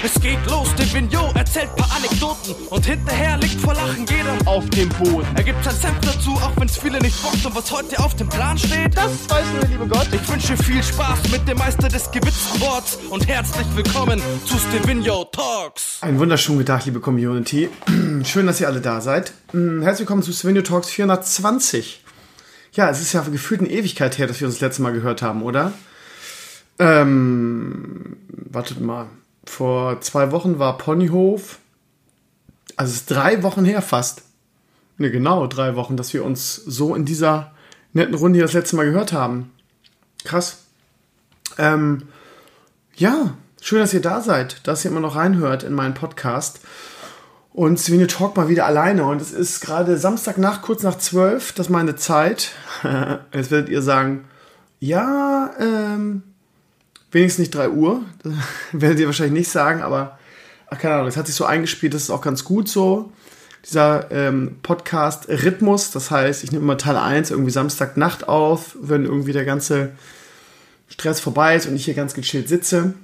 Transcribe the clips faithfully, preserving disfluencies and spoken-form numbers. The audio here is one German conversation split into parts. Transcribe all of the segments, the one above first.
Es geht los, der Vigneault erzählt paar Anekdoten und hinterher liegt vor Lachen jeder auf dem Boden. Er gibt sein Senf dazu, auch wenn's viele nicht bockt. Und was heute auf dem Plan steht, das weiß nur der liebe Gott. Ich wünsche viel Spaß mit dem Meister des gewitzten Worts und herzlich willkommen zu Stevino Talks. Einen wunderschönen guten Tag, liebe Community. Schön, dass ihr alle da seid. Herzlich willkommen zu Stevino Talks vierhundertzwanzig. Ja, es ist ja gefühlt eine Ewigkeit her, dass wir uns das letzte Mal gehört haben, oder? Ähm, wartet mal. Vor zwei Wochen war Ponyhof. Also es ist drei Wochen her fast. Ne, genau, drei Wochen, dass wir uns so in dieser netten Runde hier das letzte Mal gehört haben. Krass. Ähm, ja, schön, dass ihr da seid, dass ihr immer noch reinhört in meinen Podcast. Und Stevino Talk mal wieder alleine. Und es ist gerade Samstagnacht, kurz nach zwölf, das ist meine Zeit. Jetzt werdet ihr sagen, ja, ähm, wenigstens nicht drei Uhr. Das werdet ihr wahrscheinlich nicht sagen, aber ach, keine Ahnung, es hat sich so eingespielt, das ist auch ganz gut so. Dieser ähm, Podcast-Rhythmus, das heißt, ich nehme immer Teil eins irgendwie Samstagnacht auf, wenn irgendwie der ganze Stress vorbei ist und ich hier ganz gechillt sitze.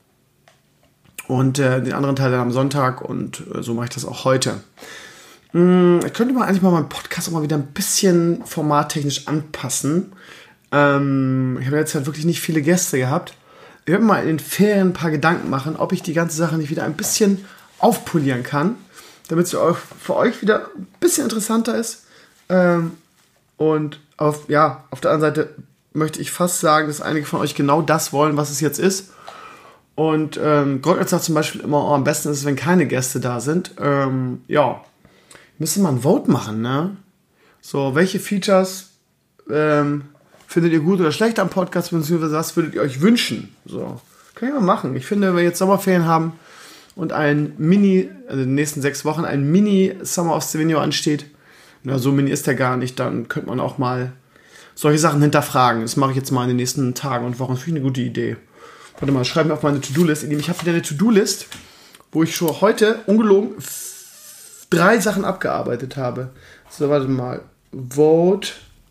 Und äh, den anderen Teil dann am Sonntag und äh, so mache ich das auch heute. Hm, ich könnte mal eigentlich mal meinen Podcast auch mal wieder ein bisschen formattechnisch anpassen. Ähm, ich habe jetzt halt wirklich nicht viele Gäste gehabt. Ich werde mal in den Ferien ein paar Gedanken machen, ob ich die ganze Sache nicht wieder ein bisschen aufpolieren kann, damit es für euch, für euch wieder ein bisschen interessanter ist. Ähm, und auf, ja, auf der anderen Seite möchte ich fast sagen, dass einige von euch genau das wollen, was es jetzt ist. Und ähm, Gottnetz sagt zum Beispiel immer, oh, am besten ist es, wenn keine Gäste da sind. Ähm, ja, müsste man ein Vote machen, ne? So, welche Features ähm, findet ihr gut oder schlecht am Podcast, beziehungsweise was würdet ihr euch wünschen? So, kann ich mal machen. Ich finde, wenn wir jetzt Sommerferien haben und ein Mini, also in den nächsten sechs Wochen ein Mini-Summer of Stevino ansteht, na, so mini ist der gar nicht, dann könnte man auch mal solche Sachen hinterfragen. Das mache ich jetzt mal in den nächsten Tagen und Wochen. Das finde ich eine gute Idee. Warte mal, schreibe mir auf meine To-Do-List. Ich habe wieder eine To-Do-List, wo ich schon heute, ungelogen, f- drei Sachen abgearbeitet habe. So, warte mal. Vote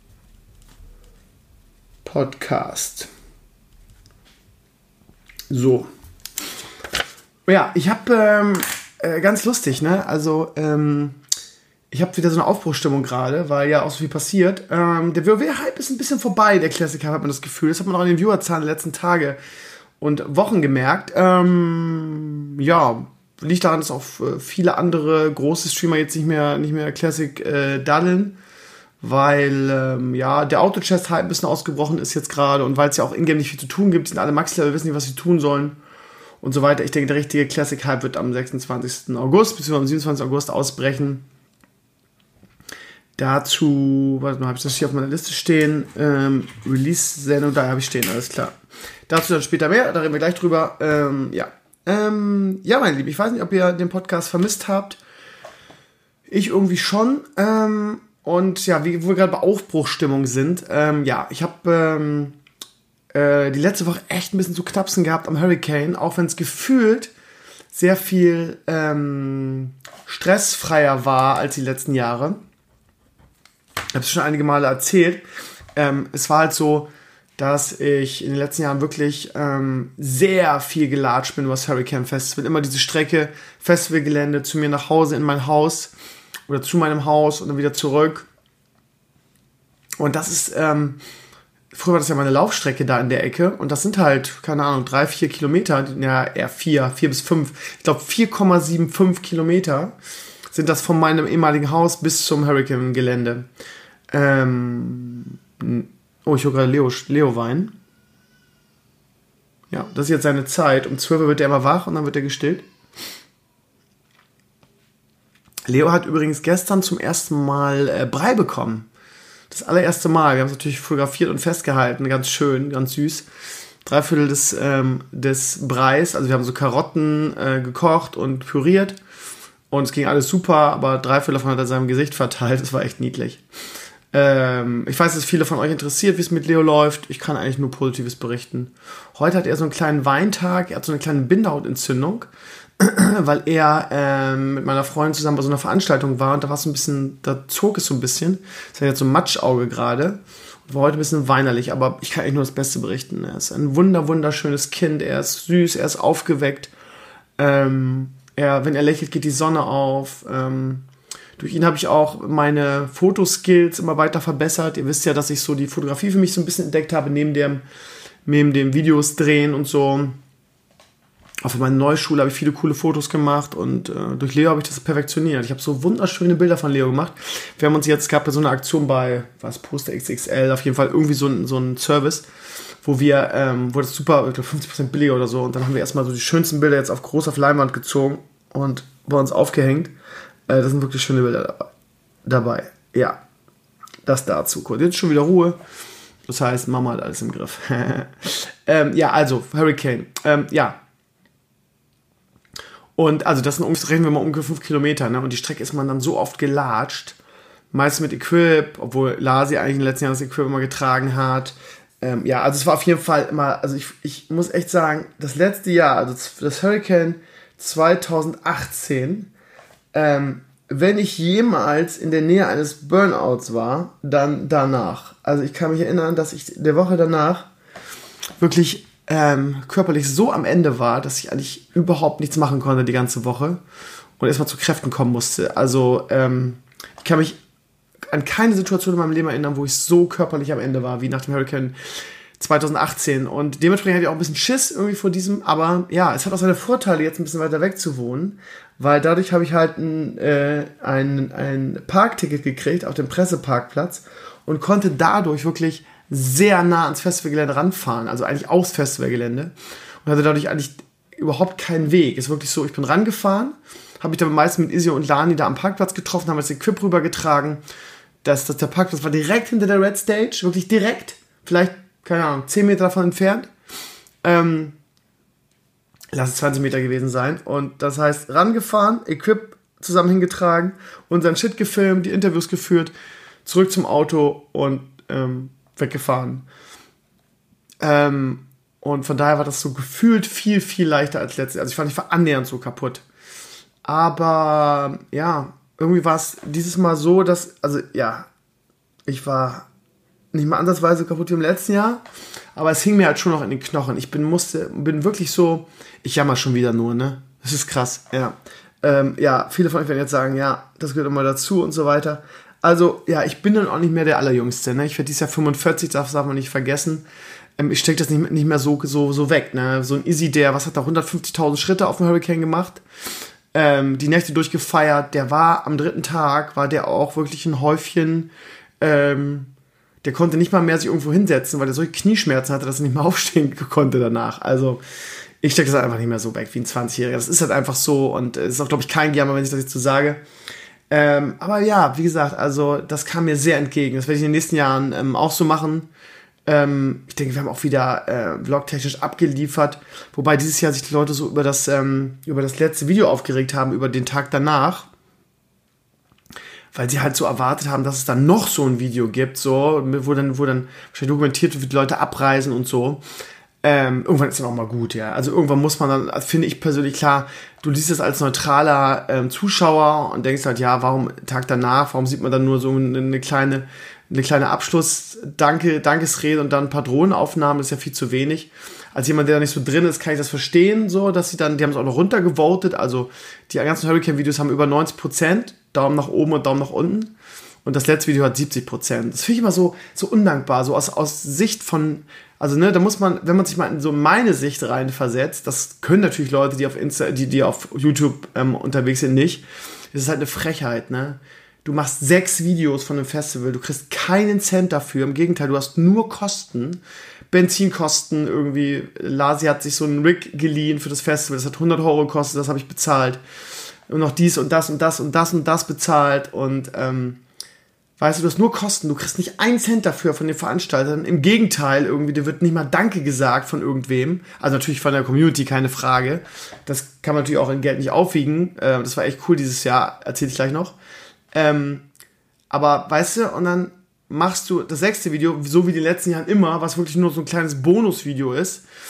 Podcast. So. Ja, ich habe, ähm, äh, ganz lustig, ne? Also, ähm, ich habe wieder so eine Aufbruchsstimmung gerade, weil ja auch so viel passiert. Ähm, der WoW-Hype ist ein bisschen vorbei, der Klassiker, hat man das Gefühl. Das hat man auch in den Viewerzahlen der letzten Tage und Wochen gemerkt. Ähm, ja, liegt daran, dass auch viele andere große Streamer jetzt nicht mehr, nicht mehr Classic äh, daddeln, weil ähm, ja, der Auto-Chest-Hype ein bisschen ausgebrochen ist jetzt gerade und weil es ja auch in-game nicht viel zu tun gibt, sind alle Max-Level, wissen nicht, was sie tun sollen und so weiter. Ich denke, der richtige Classic-Hype wird am sechsundzwanzigsten August bzw. am siebenundzwanzigsten August ausbrechen. Dazu, warte mal, habe ich das hier auf meiner Liste stehen? Ähm, Release-Sendung, da habe ich stehen, alles klar. Dazu dann später mehr, da reden wir gleich drüber. Ähm, ja. Ähm, ja, meine Lieben, ich weiß nicht, ob ihr den Podcast vermisst habt. Ich irgendwie schon. Ähm, und ja, wie, wo wir gerade bei Aufbruchstimmung sind. Ähm, ja, ich habe ähm, äh, die letzte Woche echt ein bisschen zu knapsen gehabt am Hurricane, auch wenn es gefühlt sehr viel ähm, stressfreier war als die letzten Jahre. Ich habe es schon einige Male erzählt. Ähm, es war halt so, dass ich in den letzten Jahren wirklich ähm, sehr viel gelatscht bin über das Hurricane Festival. Immer diese Strecke, Festivalgelände, zu mir nach Hause in mein Haus oder zu meinem Haus und dann wieder zurück. Und das ist, ähm, früher war das ja meine Laufstrecke da in der Ecke und das sind halt, keine Ahnung, drei, vier Kilometer, ja eher vier, vier bis fünf, ich glaube vier Komma fünfundsiebzig Kilometer sind das von meinem ehemaligen Haus bis zum Hurricane-Gelände. Ähm, oh, ich höre gerade Leo, Leo weinen. Ja, das ist jetzt seine Zeit. Um zwölf Uhr wird er immer wach und dann wird er gestillt. Leo hat übrigens gestern zum ersten Mal äh, Brei bekommen. Das allererste Mal. Wir haben es natürlich fotografiert und festgehalten. Ganz schön, ganz süß. Drei Viertel des, ähm, des Breis. Also wir haben so Karotten äh, gekocht und püriert. Und es ging alles super, aber drei Viertel davon hat er in seinem Gesicht verteilt. Das war echt niedlich. Ähm, ich weiß, dass viele von euch interessiert, wie es mit Leo läuft. Ich kann eigentlich nur Positives berichten. Heute hat er so einen kleinen Weintag. Er hat so eine kleine Bindehautentzündung, weil er ähm, mit meiner Freundin zusammen bei so einer Veranstaltung war. Und da war es so ein bisschen, da zog es so ein bisschen. Das hat jetzt so ein Matschauge gerade. War heute ein bisschen weinerlich, aber ich kann eigentlich nur das Beste berichten. Er ist ein wunder, wunderschönes Kind. Er ist süß, er ist aufgeweckt. Ähm, er, wenn er lächelt, geht die Sonne auf. Ähm, durch ihn habe ich auch meine Fotoskills immer weiter verbessert. Ihr wisst ja, dass ich so die Fotografie für mich so ein bisschen entdeckt habe, neben dem, neben dem Videos drehen und so. Auch für meine neue Schule habe ich viele coole Fotos gemacht und äh, durch Leo habe ich das perfektioniert. Ich habe so wunderschöne Bilder von Leo gemacht. Wir haben uns jetzt, gab ja so eine Aktion bei, was, Poster X X L, auf jeden Fall irgendwie so ein, so ein Service, wo wir, ähm, wo das super, ich glaube fünfzig Prozent billiger oder so, und dann haben wir erstmal so die schönsten Bilder jetzt auf groß auf Leinwand gezogen und bei uns aufgehängt. Äh, das sind wirklich schöne Bilder dabei. dabei. Ja, das dazu. Kurz. Jetzt schon wieder Ruhe. Das heißt, Mama hat alles im Griff. ähm, ja, also, Hurricane. Ähm, ja. Und also das sind, rechnen wir mal ungefähr fünf Kilometer, ne? Und die Strecke ist man dann so oft gelatscht, meist mit Equip, obwohl Lasi eigentlich in den letzten Jahren das Equip immer getragen hat. Ähm, ja, also es war auf jeden Fall immer, also ich, ich muss echt sagen, das letzte Jahr, also das Hurricane zwanzig achtzehn, ähm, wenn ich jemals in der Nähe eines Burnouts war, dann danach. Also ich kann mich erinnern, dass ich der Woche danach wirklich Ähm, körperlich so am Ende war, dass ich eigentlich überhaupt nichts machen konnte die ganze Woche und erstmal zu Kräften kommen musste. Also ähm, ich kann mich an keine Situation in meinem Leben erinnern, wo ich so körperlich am Ende war, wie nach dem Hurricane zwanzig achtzehn. Und dementsprechend hatte ich auch ein bisschen Schiss irgendwie vor diesem, aber ja, es hat auch seine Vorteile, jetzt ein bisschen weiter weg zu wohnen, weil dadurch habe ich halt ein, äh, ein, ein Parkticket gekriegt auf dem Presseparkplatz und konnte dadurch wirklich sehr nah ans Festivalgelände ranfahren, also eigentlich aufs Festivalgelände, und hatte dadurch eigentlich überhaupt keinen Weg. Ist wirklich so, ich bin rangefahren, habe mich dann meistens mit Izzy und Lani da am Parkplatz getroffen, haben das Equip rübergetragen. Das, das, der Parkplatz war direkt hinter der Red Stage, wirklich direkt, vielleicht, keine Ahnung, zehn Meter davon entfernt. Ähm, lass es zwanzig Meter gewesen sein. Und das heißt, rangefahren, Equip zusammen hingetragen, unseren Shit gefilmt, die Interviews geführt, zurück zum Auto und ähm, weggefahren. Ähm, und von daher war das so gefühlt viel, viel leichter als letztes. Also ich fand, ich war annähernd so kaputt. Aber ja, irgendwie war es dieses Mal so, dass, also ja, ich war nicht mal ansatzweise kaputt wie im letzten Jahr, aber es hing mir halt schon noch in den Knochen. Ich bin musste, bin wirklich so, ich jammer schon wieder nur, ne? Das ist krass, ja. Ähm, ja, viele von euch werden jetzt sagen, ja, das gehört immer dazu und so weiter. Also, ja, ich bin dann auch nicht mehr der Allerjüngste, ne? Ich werde dieses Jahr fünfundvierzig, das darf man nicht vergessen. Ähm, ich stecke das nicht, nicht mehr so, so, so weg, ne? So ein Izzy, der, was hat da, hundertfünfzigtausend Schritte auf dem Hurricane gemacht, ähm, die Nächte durchgefeiert, der war am dritten Tag, war der auch wirklich ein Häufchen, ähm, der konnte nicht mal mehr sich irgendwo hinsetzen, weil er solche Knieschmerzen hatte, dass er nicht mehr aufstehen konnte danach. Also, ich stecke das einfach nicht mehr so weg wie ein zwanzigjähriger. Das ist halt einfach so, und es ist auch, glaube ich, kein Jammer, wenn ich das jetzt so sage. Ähm, aber ja, wie gesagt, also das kam mir sehr entgegen. Das werde ich in den nächsten Jahren ähm, auch so machen. Ähm, ich denke, wir haben auch wieder äh, vlogtechnisch abgeliefert, wobei dieses Jahr sich die Leute so über das ähm, über das letzte Video aufgeregt haben, über den Tag danach, weil sie halt so erwartet haben, dass es dann noch so ein Video gibt, so wo dann wo dann wahrscheinlich dokumentiert wird, wie die Leute abreisen und so. Ähm, irgendwann ist dann auch mal gut, ja. Also irgendwann muss man dann, also finde ich persönlich, klar, du liest es als neutraler ähm, Zuschauer und denkst halt, ja, warum Tag danach, warum sieht man dann nur so eine, eine kleine, eine kleine Abschluss-Danke, Dankesrede und dann ein paar Drohnenaufnahmen, das ist ja viel zu wenig. Als jemand, der da nicht so drin ist, kann ich das verstehen, so, dass sie dann, die haben es auch noch runtergevotet, also die ganzen Hurricane-Videos haben über neunzig Prozent, Daumen nach oben und Daumen nach unten. Und das letzte Video hat siebzig Prozent. Das finde ich immer so, so undankbar, so aus, aus Sicht von, also ne, da muss man, wenn man sich mal in so meine Sicht reinversetzt, das können natürlich Leute, die auf Insta, die, die auf YouTube ähm, unterwegs sind, nicht. Das ist halt eine Frechheit, ne? Du machst sechs Videos von einem Festival, du kriegst keinen Cent dafür, im Gegenteil, du hast nur Kosten, Benzinkosten irgendwie, Lasi hat sich so einen Rig geliehen für das Festival, das hat hundert Euro gekostet, das habe ich bezahlt. Und noch dies und das und das und das und das bezahlt und, ähm, weißt du, du hast nur Kosten, du kriegst nicht einen Cent dafür von den Veranstaltern. Im Gegenteil, irgendwie, dir wird nicht mal Danke gesagt von irgendwem. Also natürlich von der Community, keine Frage. Das kann man natürlich auch in Geld nicht aufwiegen. Äh, das war echt cool dieses Jahr, erzähle ich gleich noch. Ähm, aber, weißt du, und dann machst du das sechste Video, so wie die letzten Jahren immer, was wirklich nur so ein kleines Bonusvideo ist.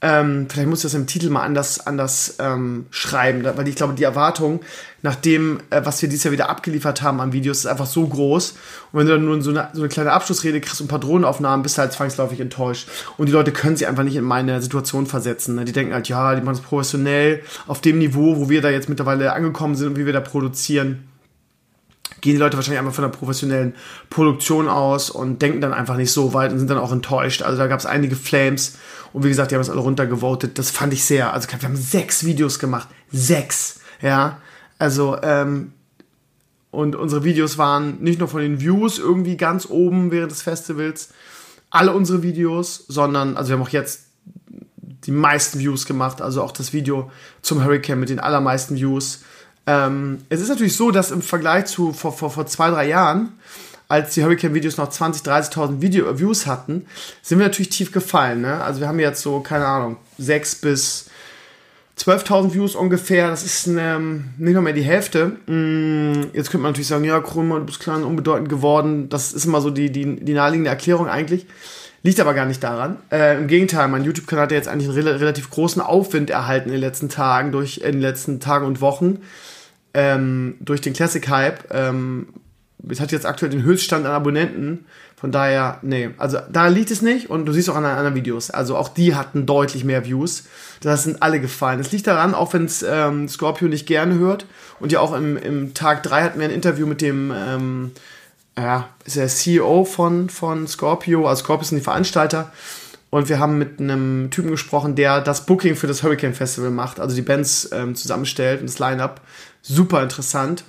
Ähm, vielleicht muss ich das im Titel mal anders, anders ähm, schreiben, weil ich glaube, die Erwartung nach dem, äh, was wir dieses Jahr wieder abgeliefert haben an Videos, ist einfach so groß. Und wenn du dann nur so eine, so eine kleine Abschlussrede kriegst und ein paar Drohnenaufnahmen, bist du halt zwangsläufig enttäuscht. Und die Leute können sich einfach nicht in meine Situation versetzen. Ne? Die denken halt, ja, die machen das professionell auf dem Niveau, wo wir da jetzt mittlerweile angekommen sind und wie wir da produzieren. Gehen die Leute wahrscheinlich einfach von einer professionellen Produktion aus und denken dann einfach nicht so weit und sind dann auch enttäuscht. Also da gab es einige Flames und wie gesagt, die haben das alle runtergevotet. Das fand ich sehr, also wir haben sechs Videos gemacht. Sechs, ja. Also, ähm, und unsere Videos waren nicht nur von den Views irgendwie ganz oben während des Festivals, alle unsere Videos, sondern, also wir haben auch jetzt die meisten Views gemacht, also auch das Video zum Hurricane mit den allermeisten Views. Ähm, es ist natürlich so, dass im Vergleich zu vor, vor, vor zwei, drei Jahren, als die Hurricane-Videos noch zwanzig, dreißigtausend Video Views hatten, sind wir natürlich tief gefallen. Ne? Also wir haben jetzt so, keine Ahnung, sechs bis zwölftausend Views ungefähr. Das ist ähm, nicht noch mehr die Hälfte. Mm, jetzt könnte man natürlich sagen, ja, Krümmer, du bist klein und unbedeutend geworden. Das ist immer so die, die, die naheliegende Erklärung eigentlich. Liegt aber gar nicht daran. Äh, Im Gegenteil, mein YouTube-Kanal hat ja jetzt eigentlich einen re- relativ großen Aufwind erhalten in den letzten Tagen, durch, in den letzten Tagen und Wochen. Ähm, durch den Classic-Hype. Ähm, es hat jetzt aktuell den Höchststand an Abonnenten. Von daher, nee, also da liegt es nicht. Und du siehst auch an den anderen Videos, also auch die hatten deutlich mehr Views. Das sind alle gefallen. Es liegt daran, auch wenn es ähm, Scorpio nicht gerne hört. Und ja auch im, im Tag drei hatten wir ein Interview mit dem ähm, ja, ist der C E O von, von Scorpio. Also Scorpio sind die Veranstalter. Und wir haben mit einem Typen gesprochen, der das Booking für das Hurricane Festival macht, also die Bands ähm, zusammenstellt und das Line-Up. Super interessant.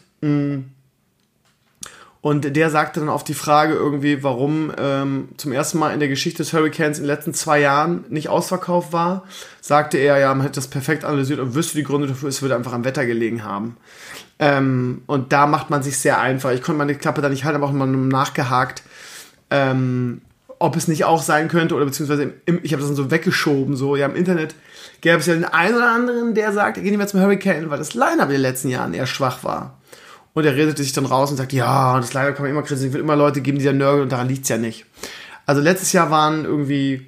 Und der sagte dann auf die Frage irgendwie, warum ähm, zum ersten Mal in der Geschichte des Hurricanes in den letzten zwei Jahren nicht ausverkauft war, sagte er, ja, man hätte das perfekt analysiert und wüsste die Gründe dafür, es würde einfach am Wetter gelegen haben. Ähm, und da macht man sich sehr einfach. Ich konnte meine Klappe da nicht halten, aber auch mal nachgehakt, ähm, ob es nicht auch sein könnte, oder beziehungsweise im, im, ich habe das dann so weggeschoben, so, ja, im Internet gäbe es ja den einen oder anderen, der sagt, er geht nicht mehr zum Hurricane, weil das Line-Up in den letzten Jahren eher schwach war. Und er redete sich dann raus und sagt, ja, das Line-Up kann man immer kritisieren, es wird immer Leute geben, die da nörgeln, und daran liegt es ja nicht. Also letztes Jahr waren irgendwie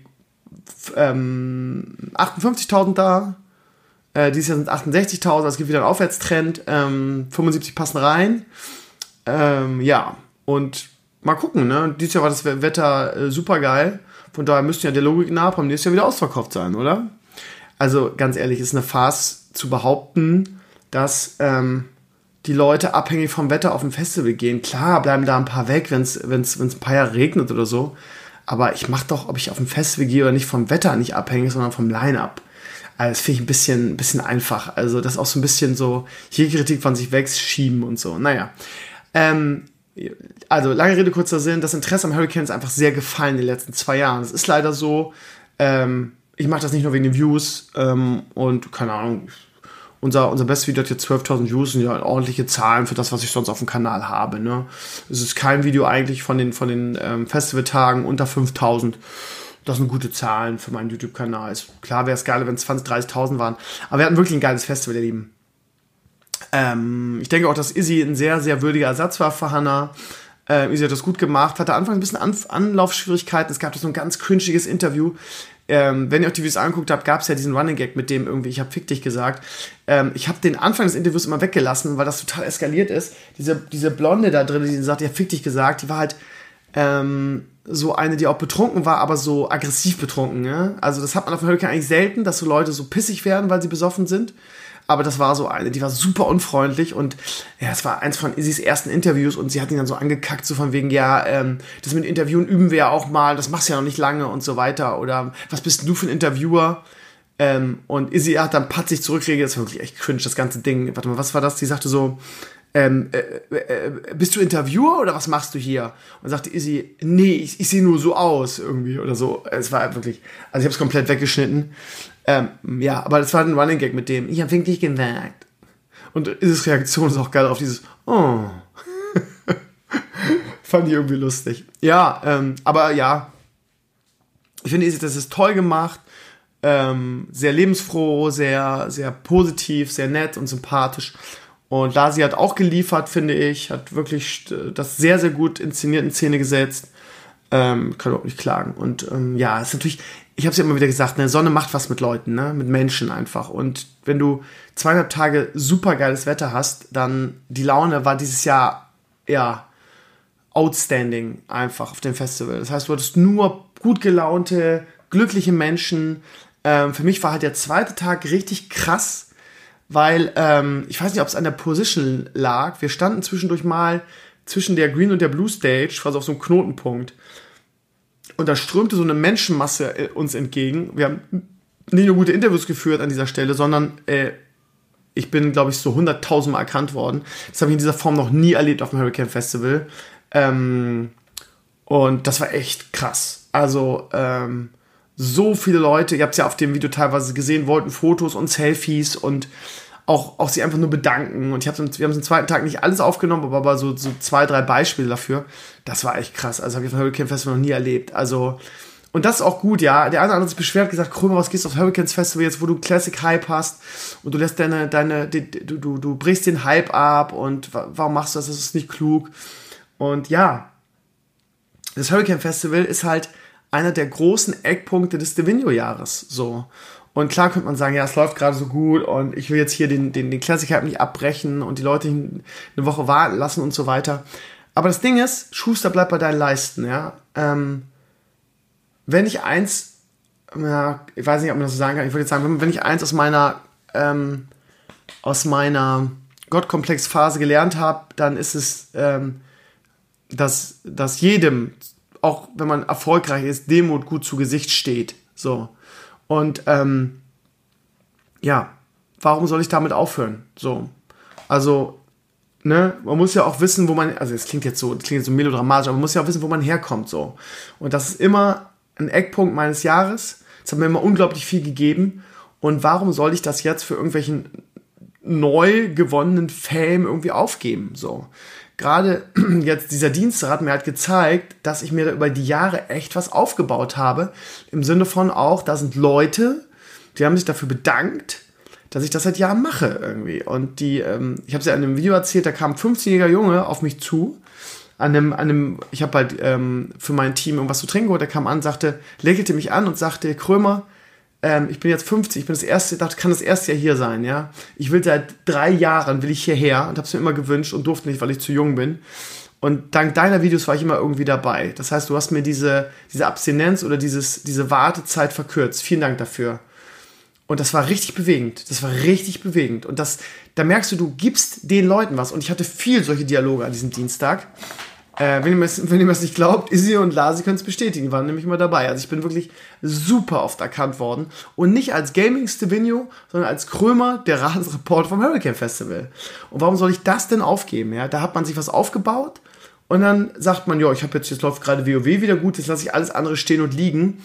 ähm, achtundfünfzigtausend da, äh, dieses Jahr sind achtundsechzigtausend, also es gibt wieder einen Aufwärtstrend, ähm, fünfundsiebzig passen rein, ähm, ja, und mal gucken, ne? Dieses Jahr war das Wetter äh, super geil, von daher müsste ja der Logik nach beim nächsten Jahr wieder ausverkauft sein, oder? Also ganz ehrlich, ist eine Farce zu behaupten, dass ähm, die Leute abhängig vom Wetter auf ein Festival gehen. Klar, bleiben da ein paar weg, wenn es wenn's, wenn's ein paar Jahre regnet oder so. Aber ich mache doch, ob ich auf ein Festival gehe oder nicht, vom Wetter nicht abhängig, sondern vom Line-Up. Also das finde ich ein bisschen, ein bisschen einfach. Also das ist auch so ein bisschen so, jede Kritik von sich wegschieben und so. Naja, ähm, also lange Rede, kurzer Sinn, das Interesse am Hurricane ist einfach sehr gefallen in den letzten zwei Jahren. Das ist leider so. Ähm, ich mache das nicht nur wegen den Views ähm, und keine Ahnung, unser, unser bestes Video hat jetzt zwölftausend Views, sind ja ordentliche Zahlen für das, was ich sonst auf dem Kanal habe. Ne? Es ist kein Video eigentlich von den, von den ähm, Festivaltagen unter fünftausend. Das sind gute Zahlen für meinen YouTube-Kanal. Ist, klar wäre es geil, wenn es zwanzig, dreißigtausend waren. Aber wir hatten wirklich ein geiles Festival, ihr Lieben. Ähm, ich denke auch, dass Izzy ein sehr, sehr würdiger Ersatz war für Hannah. Ähm, Izzy hat das gut gemacht, hatte Anfang ein bisschen Anf- Anlaufschwierigkeiten. Es gab so ein ganz cringiges Interview. Ähm, wenn ihr euch die Videos angeguckt habt, gab es ja diesen Running Gag mit dem irgendwie, ich hab fick dich gesagt. Ähm, ich habe den Anfang des Interviews immer weggelassen, weil das total eskaliert ist. Diese, diese Blonde da drin, die sagt, ja, fick dich gesagt, die war halt ähm, so eine, die auch betrunken war, aber so aggressiv betrunken. Ne? Also das hat man auf dem Hurricane eigentlich selten, dass so Leute so pissig werden, weil sie besoffen sind. Aber das war so eine, die war super unfreundlich und ja, es war eins von Izzys ersten Interviews und sie hat ihn dann so angekackt, so von wegen, ja, ähm, das mit Interviewen üben wir ja auch mal, das machst du ja noch nicht lange und so weiter oder was bist denn du für ein Interviewer? Ähm, und Izzy hat dann patzig zurückreagiert, das war wirklich echt cringe, das ganze Ding. Warte mal, was war das? Die sagte so, ähm, äh, äh, bist du Interviewer oder was machst du hier? Und sagte Izzy, nee, ich, ich sehe nur so aus irgendwie oder so. Es war wirklich, also ich habe es komplett weggeschnitten. Ähm, ja, aber das war ein Running Gag mit dem, ich hab wirklich gemerkt. Und Izzys Reaktion ist auch geil auf dieses, oh. Fand ich irgendwie lustig. Ja, ähm, aber ja, ich finde, Izzy, das ist toll gemacht, ähm, sehr lebensfroh, sehr, sehr positiv, sehr nett und sympathisch. Und Lasi hat auch geliefert, finde ich, hat wirklich das sehr, sehr gut inszeniert in Szene gesetzt. Ähm, kann überhaupt nicht klagen. Und ähm, ja, es ist natürlich, ich habe es ja immer wieder gesagt, ne, Sonne macht was mit Leuten, ne, mit Menschen einfach. Und wenn du zweieinhalb Tage super geiles Wetter hast, dann die Laune war dieses Jahr, ja, outstanding einfach auf dem Festival. Das heißt, du hattest nur gut gelaunte, glückliche Menschen. Ähm, für mich war halt der zweite Tag richtig krass, weil, ähm, ich weiß nicht, ob es an der Position lag. Wir standen zwischendurch mal zwischen der Green und der Blue Stage, also auf so einem Knotenpunkt. Und da strömte so eine Menschenmasse uns entgegen. Wir haben nicht nur gute Interviews geführt an dieser Stelle, sondern äh, ich bin, glaube ich, so hunderttausend Mal erkannt worden. Das habe ich in dieser Form noch nie erlebt auf dem Hurricane Festival. Ähm, und das war echt krass. Also, ähm, so viele Leute, ihr habt es ja auf dem Video teilweise gesehen, wollten Fotos und Selfies und auch, auch sie einfach nur bedanken. Und ich hab, wir haben es am zweiten Tag nicht alles aufgenommen, aber, aber so, so zwei, drei Beispiele dafür. Das war echt krass. Also habe ich auf dem Hurricane Festival noch nie erlebt. Also, und das ist auch gut, ja. Der eine oder andere hat sich beschwert, gesagt, Krömer, was gehst du aufs Hurricanes Festival jetzt, wo du Classic Hype hast und du lässt deine, deine, die, du, du, du brichst den Hype ab und warum machst du das? Das ist nicht klug. Und ja, das Hurricane Festival ist halt einer der großen Eckpunkte des Divino-Jahres, so. Und klar könnte man sagen, ja, es läuft gerade so gut und ich will jetzt hier den, den, den Classic Hype nicht abbrechen und die Leute eine Woche warten lassen und so weiter. Aber das Ding ist, Schuster, bleibt bei deinen Leisten, ja. Ähm, wenn ich eins, ja, ich weiß nicht, ob man das so sagen kann, ich würde jetzt sagen, wenn ich eins aus meiner, ähm, aus meiner Gottkomplex-Phase gelernt habe, dann ist es, ähm, dass, dass jedem, auch wenn man erfolgreich ist, Demut gut zu Gesicht steht, so. Und, ähm, ja, warum soll ich damit aufhören? So, also, ne, man muss ja auch wissen, wo man, also es klingt jetzt so, das klingt jetzt so melodramatisch, aber man muss ja auch wissen, wo man herkommt, so. Und das ist immer ein Eckpunkt meines Jahres. Das hat mir immer unglaublich viel gegeben. Und warum soll ich das jetzt für irgendwelchen neu gewonnenen Fame irgendwie aufgeben, so. Gerade jetzt dieser Dienstag hat mir halt gezeigt, dass ich mir da über die Jahre echt was aufgebaut habe. Im Sinne von auch, da sind Leute, die haben sich dafür bedankt, dass ich das seit Jahren mache irgendwie. Und die, ähm, ich habe es ja in einem Video erzählt, da kam ein fünfzehnjähriger Junge auf mich zu, an einem, an einem, ich habe halt ähm, für mein Team irgendwas zu trinken geholt, der kam an, sagte, lächelte mich an und sagte, Krömer, ähm, ich bin jetzt fünfzig, ich bin das erste, dachte, kann das erste Jahr hier sein, ja. Ich will seit drei Jahren, will ich hierher und habe es mir immer gewünscht und durfte nicht, weil ich zu jung bin. Und dank deiner Videos war ich immer irgendwie dabei. Das heißt, du hast mir diese, diese Abstinenz oder dieses, diese Wartezeit verkürzt. Vielen Dank dafür. Und das war richtig bewegend. Das war richtig bewegend. Und das, da merkst du, du gibst den Leuten was. Und ich hatte viel solche Dialoge an diesem Dienstag. Äh, wenn ihr mir wenn das nicht glaubt, Izzy und Lasi können es bestätigen. Die waren nämlich immer dabei. Also ich bin wirklich super oft erkannt worden. Und nicht als Gaming-Stevino, sondern als Krömer, der Radensreporter vom Hurricane Festival. Und warum soll ich das denn aufgeben? Ja? Da hat man sich was aufgebaut. Und dann sagt man, ja, ich habe jetzt, jetzt läuft gerade WoW wieder gut, jetzt lasse ich alles andere stehen und liegen.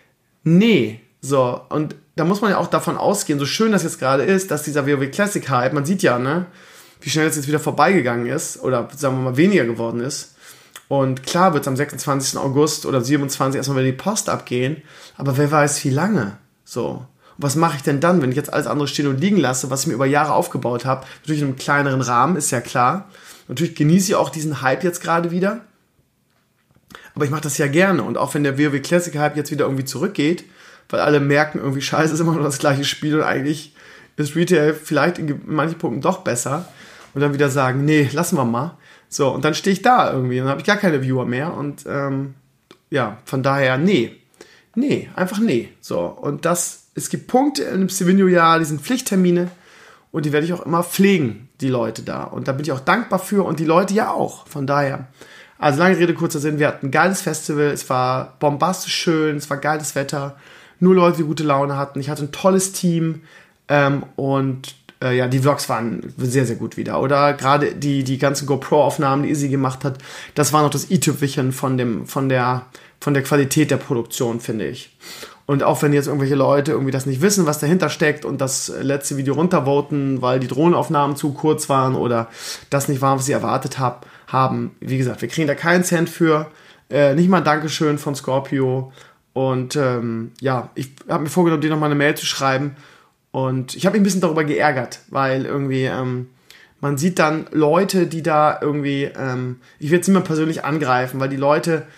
Nee. So, und da muss man ja auch davon ausgehen, so schön das jetzt gerade ist, dass dieser WoW Classic Hype, man sieht ja, ne, wie schnell es jetzt wieder vorbeigegangen ist, oder sagen wir mal weniger geworden ist. Und klar wird es am sechsundzwanzigsten August oder siebenundzwanzigsten erstmal wieder die Post abgehen, aber wer weiß wie lange. So. Und was mache ich denn dann, wenn ich jetzt alles andere stehen und liegen lasse, was ich mir über Jahre aufgebaut habe? Natürlich in einem kleineren Rahmen, ist ja klar. Natürlich genieße ich auch diesen Hype jetzt gerade wieder. Aber ich mache das ja gerne. Und auch wenn der WoW Classic Hype jetzt wieder irgendwie zurückgeht, weil alle merken, irgendwie scheiße, ist immer nur das gleiche Spiel und eigentlich ist Retail vielleicht in manchen Punkten doch besser. Und dann wieder sagen, nee, lassen wir mal. So, und dann stehe ich da irgendwie und dann habe ich gar keine Viewer mehr. Und ähm, ja, von daher, nee. Nee, einfach nee. So, und das, es gibt Punkte in einem Stevino-Jahr, die sind Pflichttermine und die werde ich auch immer pflegen, die Leute da. Und da bin ich auch dankbar für und die Leute ja auch. Von daher, also lange Rede, kurzer Sinn, wir hatten ein geiles Festival, es war bombastisch schön, es war geiles Wetter, nur Leute, die gute Laune hatten. Ich hatte ein tolles Team ähm, und äh, ja, die Vlogs waren sehr, sehr gut wieder. Oder gerade die, die ganzen GoPro-Aufnahmen, die Izzy gemacht hat, das war noch das i-Tüpfelchen von dem, von der, von der Qualität der Produktion, finde ich. Und auch wenn jetzt irgendwelche Leute irgendwie das nicht wissen, was dahinter steckt und das letzte Video runtervoten, weil die Drohnenaufnahmen zu kurz waren oder das nicht war, was sie erwartet hab, haben, wie gesagt, wir kriegen da keinen Cent für, äh, nicht mal ein Dankeschön von Scorpio. Und ähm, ja, ich habe mir vorgenommen, dir nochmal eine Mail zu schreiben. Und ich habe mich ein bisschen darüber geärgert, weil irgendwie ähm, man sieht dann Leute, die da irgendwie, ähm, ich will jetzt nicht mehr persönlich angreifen, weil die Leute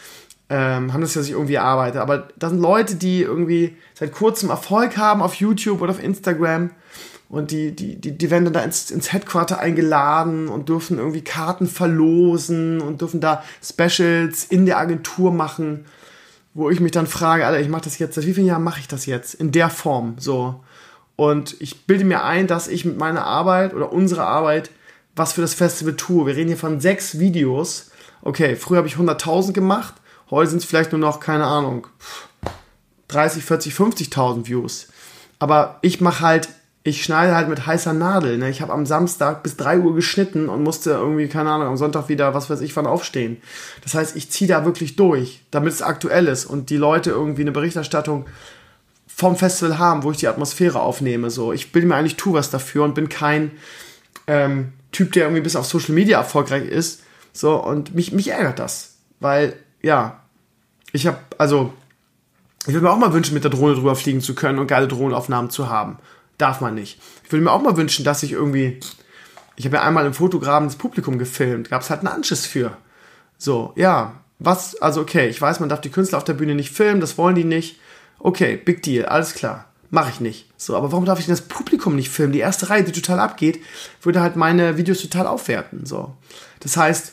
ähm, haben das ja sich irgendwie erarbeitet. Aber das sind Leute, die irgendwie seit kurzem Erfolg haben auf YouTube oder auf Instagram und die, die, die, die werden dann da ins, ins Headquarter eingeladen und dürfen irgendwie Karten verlosen und dürfen da Specials in der Agentur machen, wo ich mich dann frage, Alter, ich mache das jetzt, seit wie vielen Jahren mache ich das jetzt? In der Form, so. Und ich bilde mir ein, dass ich mit meiner Arbeit oder unserer Arbeit was für das Festival tue. Wir reden hier von sechs Videos. Okay, früher habe ich hunderttausend gemacht, heute sind es vielleicht nur noch, keine Ahnung, dreißig, vierzig, fünfzigtausend Views. Aber ich mache halt, ich schneide halt mit heißer Nadel. Ne? Ich habe am Samstag bis drei Uhr geschnitten und musste irgendwie, keine Ahnung, am Sonntag wieder, was weiß ich, wann aufstehen. Das heißt, ich ziehe da wirklich durch, damit es aktuell ist und die Leute irgendwie eine Berichterstattung vom Festival haben, wo ich die Atmosphäre aufnehme. So, ich bilde mir eigentlich, tu was dafür und bin kein ähm, Typ, der irgendwie bis auf Social Media erfolgreich ist. So, und mich, mich ärgert das. Weil, ja, ich habe, also, ich würde mir auch mal wünschen, mit der Drohne drüber fliegen zu können und geile Drohnenaufnahmen zu haben. Darf man nicht. Ich würde mir auch mal wünschen, dass ich irgendwie, ich habe ja einmal im Fotograben das Publikum gefilmt, gab es halt einen Anschiss für. So, ja, was, also okay, ich weiß, man darf die Künstler auf der Bühne nicht filmen, das wollen die nicht. Okay, big deal, alles klar, mache ich nicht. So, aber warum darf ich denn das Publikum nicht filmen? Die erste Reihe, die total abgeht, würde halt meine Videos total aufwerten. So, das heißt,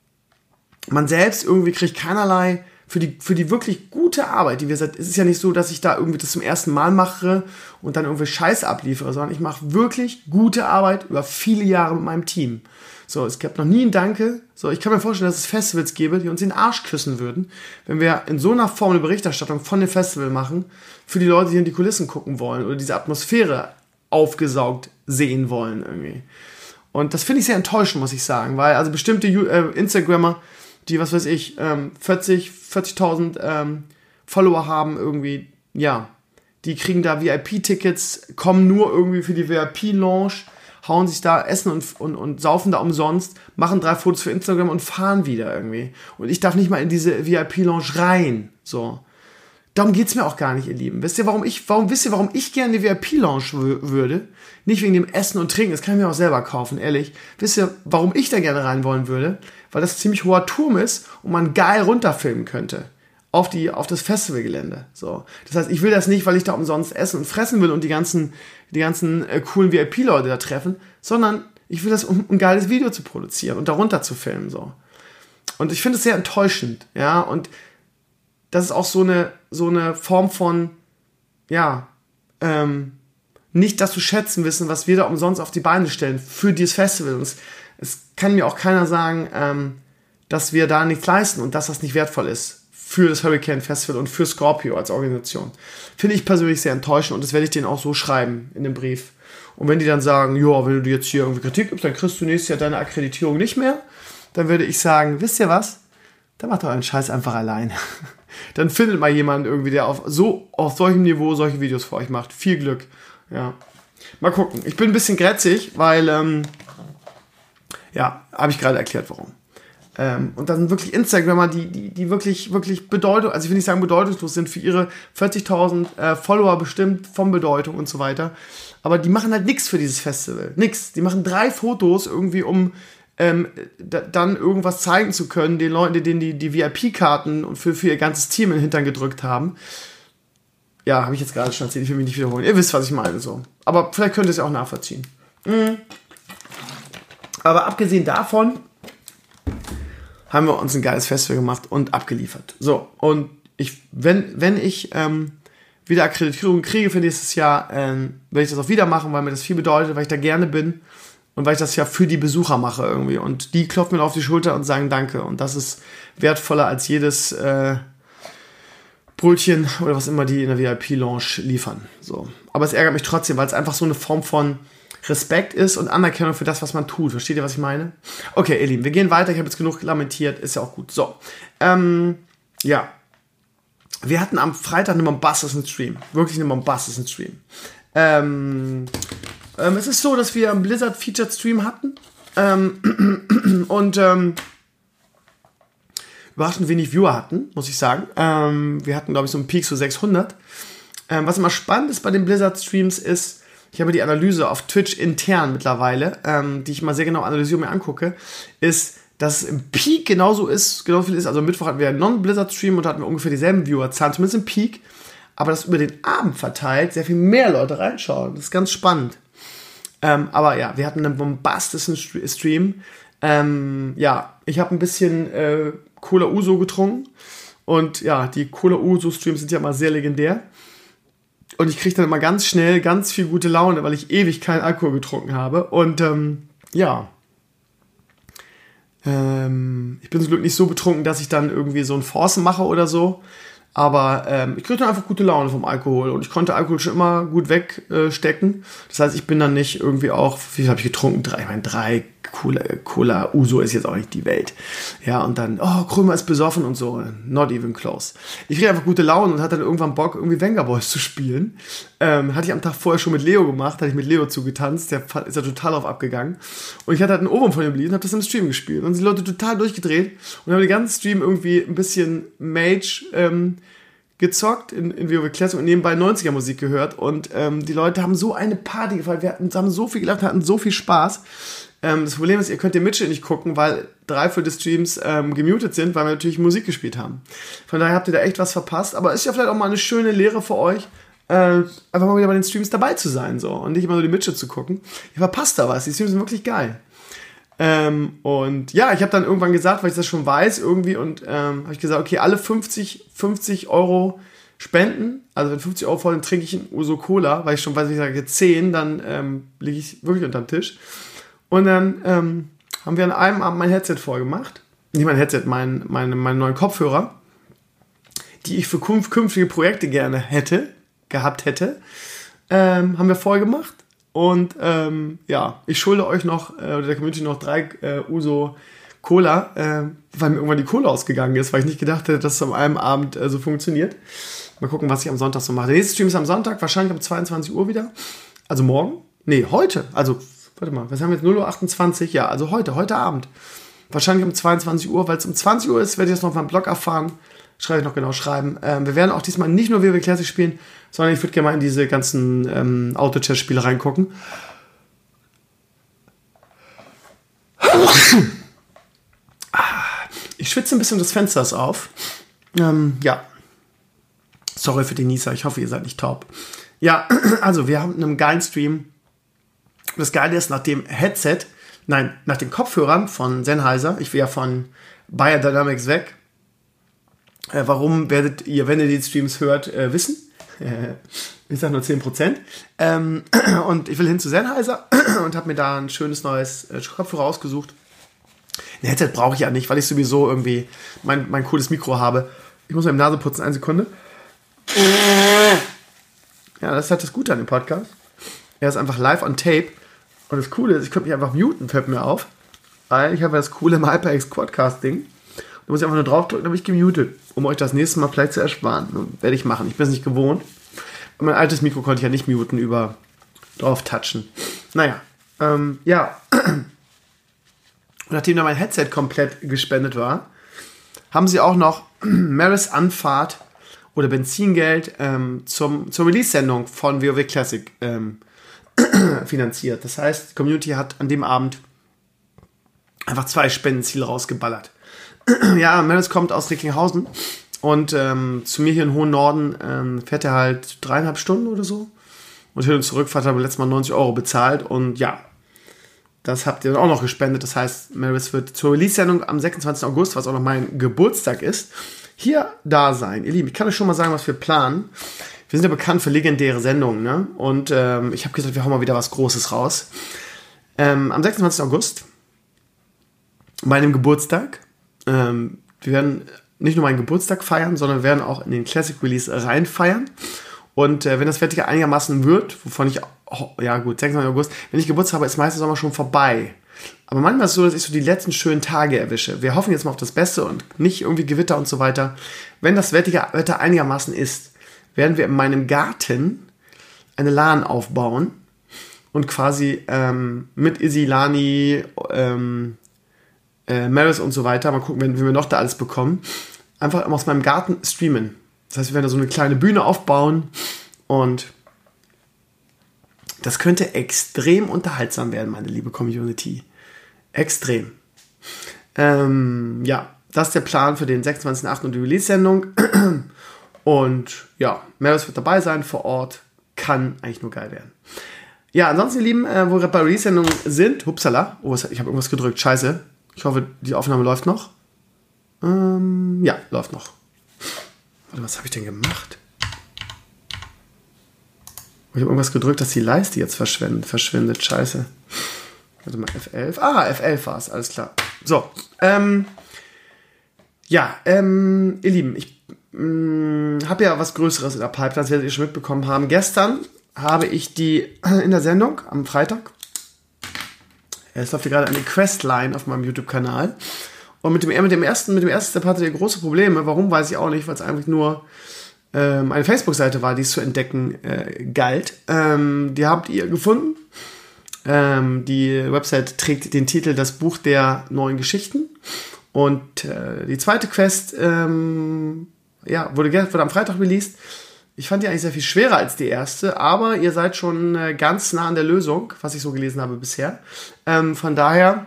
man selbst irgendwie kriegt keinerlei für die für die wirklich gute Arbeit, die wir seit. Es ist ja nicht so, dass ich da irgendwie das zum ersten Mal mache und dann irgendwie Scheiße abliefere, sondern ich mache wirklich gute Arbeit über viele Jahre mit meinem Team. So, es gab noch nie ein Danke. So, ich kann mir vorstellen, dass es Festivals gäbe, die uns den Arsch küssen würden, wenn wir in so einer Form eine Berichterstattung von dem Festival machen, für die Leute, die in die Kulissen gucken wollen oder diese Atmosphäre aufgesaugt sehen wollen irgendwie. Und das finde ich sehr enttäuschend, muss ich sagen, weil also bestimmte äh, Instagrammer, die, was weiß ich, ähm, vierzig, vierzigtausend ähm, Follower haben irgendwie, ja, die kriegen da V I P-Tickets, kommen nur irgendwie für die V I P-Lounge, hauen sich da Essen und, und, und saufen da umsonst, machen drei Fotos für Instagram und fahren wieder irgendwie. Und ich darf nicht mal in diese V I P-Lounge rein. So. Darum geht's mir auch gar nicht, ihr Lieben. Wisst ihr, warum ich, warum, wisst ihr, warum ich gerne in die V I P-Lounge w- würde? Nicht wegen dem Essen und Trinken, das kann ich mir auch selber kaufen, ehrlich. Wisst ihr, warum ich da gerne rein wollen würde? Weil das ein ziemlich hoher Turm ist und man geil runterfilmen könnte. Auf, die, auf das Festivalgelände. So. Das heißt, ich will das nicht, weil ich da umsonst essen und fressen will und die ganzen, die ganzen äh, coolen V I P-Leute da treffen, sondern ich will das, um ein geiles Video zu produzieren und darunter zu filmen. So. Und ich finde es sehr enttäuschend. Ja, und das ist auch so eine, so eine Form von, ja, ähm, nicht das zu schätzen wissen, was wir da umsonst auf die Beine stellen für dieses Festival. Und es, es kann mir auch keiner sagen, ähm, dass wir da nichts leisten und dass das nicht wertvoll ist für das Hurricane Festival und für Scorpio als Organisation. Finde ich persönlich sehr enttäuschend und das werde ich denen auch so schreiben in dem Brief. Und wenn die dann sagen, ja, wenn du jetzt hier irgendwie Kritik gibst, dann kriegst du nächstes Jahr deine Akkreditierung nicht mehr, dann würde ich sagen, wisst ihr was? Dann macht doch einen Scheiß einfach allein. Dann findet mal jemanden irgendwie, der auf so auf solchem Niveau solche Videos für euch macht. Viel Glück. Ja. Mal gucken. Ich bin ein bisschen grätzig, weil, ähm, ja, habe ich gerade erklärt, warum. Ähm, und da sind wirklich Instagrammer, die, die, die wirklich, wirklich Bedeutung, also ich will nicht sagen bedeutungslos sind, für ihre vierzigtausend äh, Follower bestimmt von Bedeutung und so weiter. Aber die machen halt nichts für dieses Festival. Nix. Die machen drei Fotos irgendwie, um ähm, d- dann irgendwas zeigen zu können, den Leuten, denen die, die V I P-Karten und für, für ihr ganzes Team in den Hintern gedrückt haben. Ja, habe ich jetzt gerade schon erzählt, ich will mich nicht wiederholen. Ihr wisst, was ich meine, so. Aber vielleicht könnt ihr es ja auch nachvollziehen. Mhm. Aber abgesehen davon haben wir uns ein geiles Festival gemacht und abgeliefert. So, und ich, wenn, wenn ich ähm, wieder Akkreditierung kriege für nächstes Jahr, ähm, werde ich das auch wieder machen, weil mir das viel bedeutet, weil ich da gerne bin und weil ich das ja für die Besucher mache irgendwie. Und die klopfen mir auf die Schulter und sagen Danke. Und das ist wertvoller als jedes äh, Brötchen oder was immer die in der V I P-Lounge liefern. So. Aber es ärgert mich trotzdem, weil es einfach so eine Form von Respekt ist und Anerkennung für das, was man tut. Versteht ihr, was ich meine? Okay, ihr Lieben, wir gehen weiter. Ich habe jetzt genug lamentiert. Ist ja auch gut. So. Ähm, ja. Wir hatten am Freitag einen bombastischen Stream. Wirklich einen bombastischen Stream. Ähm, ähm, es ist so, dass wir einen Blizzard Featured Stream hatten. Ähm, und ähm, überraschend wenig Viewer hatten, muss ich sagen. Ähm, wir hatten, glaube ich, so einen Peak so sechshundert. Ähm, was immer spannend ist bei den Blizzard Streams ist, ich habe die Analyse auf Twitch intern mittlerweile, ähm, die ich mal sehr genau analysiere und mir angucke, ist, dass es im Peak genauso ist, genauso viel ist. Also am Mittwoch hatten wir einen Non-Blizzard-Stream und hatten wir ungefähr dieselben Viewerzahlen, zumindest im Peak. Aber dass über den Abend verteilt sehr viel mehr Leute reinschauen. Das ist ganz spannend. Ähm, aber ja, wir hatten einen bombastischen Stream. Ähm, ja, ich habe ein bisschen äh, Cola Uso getrunken. Und ja, die Cola Uso Streams sind ja immer sehr legendär. Und ich kriege dann immer ganz schnell ganz viel gute Laune, weil ich ewig keinen Alkohol getrunken habe. Und ähm, ja, ähm, ich bin zum Glück nicht so betrunken, dass ich dann irgendwie so einen Forcen mache oder so. Aber ähm, ich kriege dann einfach gute Laune vom Alkohol. Und ich konnte Alkohol schon immer gut wegstecken. Äh, das heißt, ich bin dann nicht irgendwie auch, wie viel habe ich getrunken? Drei, ich meine, drei Cola, Cola Uso ist jetzt auch nicht die Welt. Ja, und dann, oh, Krömer ist besoffen und so. Not even close. Ich kriege einfach gute Laune und hatte dann irgendwann Bock, irgendwie Venga Boys zu spielen. Ähm, hatte ich am Tag vorher schon mit Leo gemacht, hatte ich mit Leo zugetanzt. Der ist ja total auf abgegangen. Und ich hatte halt einen Ohrwurm von dem Lied und habe das im Stream gespielt. Und sind die Leute total durchgedreht und haben den ganzen Stream irgendwie ein bisschen Mage ähm, gezockt in, in WoW Classic und nebenbei neunziger Musik gehört. Und ähm, die Leute haben so eine Party gefeiert. Wir hatten, haben so viel gelacht, hatten so viel Spaß. Ähm, das Problem ist, ihr könnt den Mitchell nicht gucken, weil drei Viertel des Streams ähm, gemutet sind, weil wir natürlich Musik gespielt haben. Von daher habt ihr da echt was verpasst. Aber ist ja vielleicht auch mal eine schöne Lehre für euch, äh, einfach mal wieder bei den Streams dabei zu sein so und nicht immer nur die Mitchell zu gucken. Ihr verpasst da was. Die Streams sind wirklich geil. Ähm, und ja, ich habe dann irgendwann gesagt, weil ich das schon weiß irgendwie und ähm, habe ich gesagt, okay, alle fünfzig Euro spenden, also wenn fünfzig Euro voll, dann trinke ich einen Uso Cola, weil ich schon weiß, wenn ich sage zehn, dann ähm, liege ich wirklich unterm Tisch. Und dann ähm, haben wir an einem Abend mein Headset voll gemacht. Nicht mein Headset, mein, meine, meine neuen Kopfhörer, die ich für künftige Projekte gerne hätte, gehabt hätte, ähm, haben wir voll gemacht. Und ähm, ja, ich schulde euch noch, äh, oder der Community noch drei äh, Uso Cola, äh, weil mir irgendwann die Cola ausgegangen ist, weil ich nicht gedacht hätte, dass es an einem Abend äh, so funktioniert. Mal gucken, was ich am Sonntag so mache. Der nächste Stream ist am Sonntag, wahrscheinlich um zweiundzwanzig Uhr wieder. Also morgen? Nee, heute. Also, warte mal, was haben wir jetzt? null Uhr achtundzwanzig? Ja, also heute, heute Abend. Wahrscheinlich um zweiundzwanzig Uhr, weil es um zwanzig Uhr ist, werde ich das noch auf meinem Blog erfahren. Schreibe ich noch genau schreiben. Ähm, wir werden auch diesmal nicht nur WoW Classic spielen, sondern ich würde gerne mal in diese ganzen ähm, Auto-Chess-Spiele reingucken. Ich schwitze ein bisschen des Fensters auf. Ähm, ja. Sorry für den Nieser, ich hoffe, ihr seid nicht taub. Ja, also wir haben einen geilen Stream. Das Geile ist, nach dem Headset, nein, nach den Kopfhörern von Sennheiser, ich will ja von Biodynamics weg. Äh, warum werdet ihr, wenn ihr die Streams hört, äh, wissen? Äh, ich sage nur zehn Prozent. Ähm, und ich will hin zu Sennheiser und habe mir da ein schönes neues äh, Kopfhörer ausgesucht. Ein Headset brauche ich ja nicht, weil ich sowieso irgendwie mein, mein cooles Mikro habe. Ich muss mir die Nase putzen, eine Sekunde. Ja, das ist halt das Gute an dem Podcast. Er ist einfach live on tape. Und das Coole ist, ich könnte mich einfach muten, fällt mir auf. Weil ich habe das coole HyperX Quadcast-Ding. Da muss ich einfach nur draufdrücken, dann habe ich gemutet, um euch das nächste Mal vielleicht zu ersparen. Das werde ich machen. Ich bin es nicht gewohnt. Und mein altes Mikro konnte ich ja nicht muten über drauf touchen. Naja, ähm, ja. Und nachdem dann mein Headset komplett gespendet war, haben sie auch noch Maris Anfahrt oder Benzingeld ähm, zum, zur Release-Sendung von WoW Classic ähm, finanziert. Das heißt, die Community hat an dem Abend einfach zwei Spendenziele rausgeballert. Ja, Maris kommt aus Recklinghausen und ähm, zu mir hier im hohen Norden ähm, fährt er halt dreieinhalb Stunden oder so. Und hin und zurück hat er beim letzten Mal neunzig Euro bezahlt und ja, das habt ihr dann auch noch gespendet. Das heißt, Maris wird zur Release-Sendung am sechsundzwanzigsten August, was auch noch mein Geburtstag ist, hier da sein. Ihr Lieben, ich kann euch schon mal sagen, was wir planen. Wir sind ja bekannt für legendäre Sendungen, ne? Und ähm, ich habe gesagt, wir hauen mal wieder was Großes raus. Ähm, am sechsundzwanzigsten August, meinem Geburtstag, ähm, wir werden nicht nur meinen Geburtstag feiern, sondern werden auch in den Classic Release rein feiern. Und äh, wenn das Wetter einigermaßen wird, wovon ich, oh, ja gut, sechsundzwanzigsten August, wenn ich Geburtstag habe, ist meistens Sommer schon vorbei. Aber manchmal ist es so, dass ich so die letzten schönen Tage erwische. Wir hoffen jetzt mal auf das Beste und nicht irgendwie Gewitter und so weiter. Wenn das Wetter einigermaßen ist, werden wir in meinem Garten eine LAN aufbauen und quasi ähm, mit Izzy, Lani, ähm, äh, Maris und so weiter, mal gucken, wie wir noch da alles bekommen, einfach aus meinem Garten streamen. Das heißt, wir werden da so eine kleine Bühne aufbauen und das könnte extrem unterhaltsam werden, meine liebe Community. Extrem. Ähm, ja, das ist der Plan für den sechsundzwanzigsten achten und die Release-Sendung. Und ja, Marius wird dabei sein vor Ort. Kann eigentlich nur geil werden. Ja, ansonsten, ihr Lieben, äh, wo wir bei Release-Sendungen sind, hupsala, oh, ich habe irgendwas gedrückt, scheiße. Ich hoffe, die Aufnahme läuft noch. Ähm, ja, läuft noch. Warte, was habe ich denn gemacht? Ich habe irgendwas gedrückt, dass die Leiste jetzt verschwindet, verschwindet. Scheiße. Warte mal, F elf. Ah, F elf war es, alles klar. So, ähm, ja, ähm, ihr Lieben, ich habe ja was Größeres in der Pipeline, das werdet ihr schon mitbekommen haben. Gestern habe ich die in der Sendung am Freitag, es läuft hier gerade eine Questline auf meinem YouTube-Kanal, und mit dem, mit dem ersten, mit dem ersten Step hatte ich große Probleme. Warum, weiß ich auch nicht, weil es einfach nur ähm, eine Facebook-Seite war, die es zu entdecken äh, galt. Ähm, die habt ihr gefunden. Ähm, die Website trägt den Titel Das Buch der neuen Geschichten. Und äh, die zweite Quest ähm, ja, wurde, wurde am Freitag released. Ich fand die eigentlich sehr viel schwerer als die erste, aber ihr seid schon äh, ganz nah an der Lösung, was ich so gelesen habe bisher. Ähm, von daher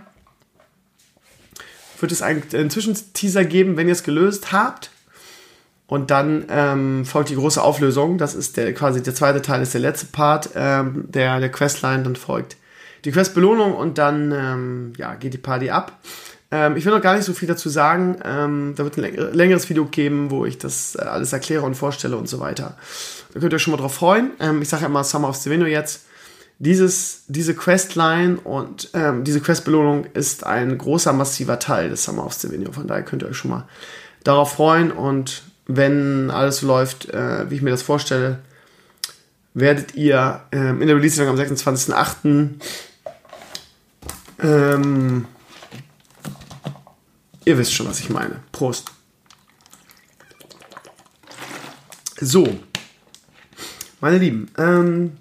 wird es einen, einen Zwischenteaser geben, wenn ihr es gelöst habt. Und dann ähm, folgt die große Auflösung. Das ist der, quasi der zweite Teil, ist der letzte Part ähm, der, der Questline. Dann folgt die Questbelohnung und dann ähm, ja, geht die Party ab. Ähm, ich will noch gar nicht so viel dazu sagen. Ähm, da wird ein läng- längeres Video geben, wo ich das äh, alles erkläre und vorstelle und so weiter. Da könnt ihr euch schon mal drauf freuen. Ähm, ich sage ja immer Summer of Stevino jetzt. Dieses, diese Questline und ähm, diese Questbelohnung ist ein großer, massiver Teil des Summer of Stevino. Von daher könnt ihr euch schon mal darauf freuen. Und wenn alles so läuft, äh, wie ich mir das vorstelle, werdet ihr ähm, in der Release am sechsundzwanzigsten achten ähm, ihr wisst schon, was ich meine. Prost. So, meine Lieben, ähm,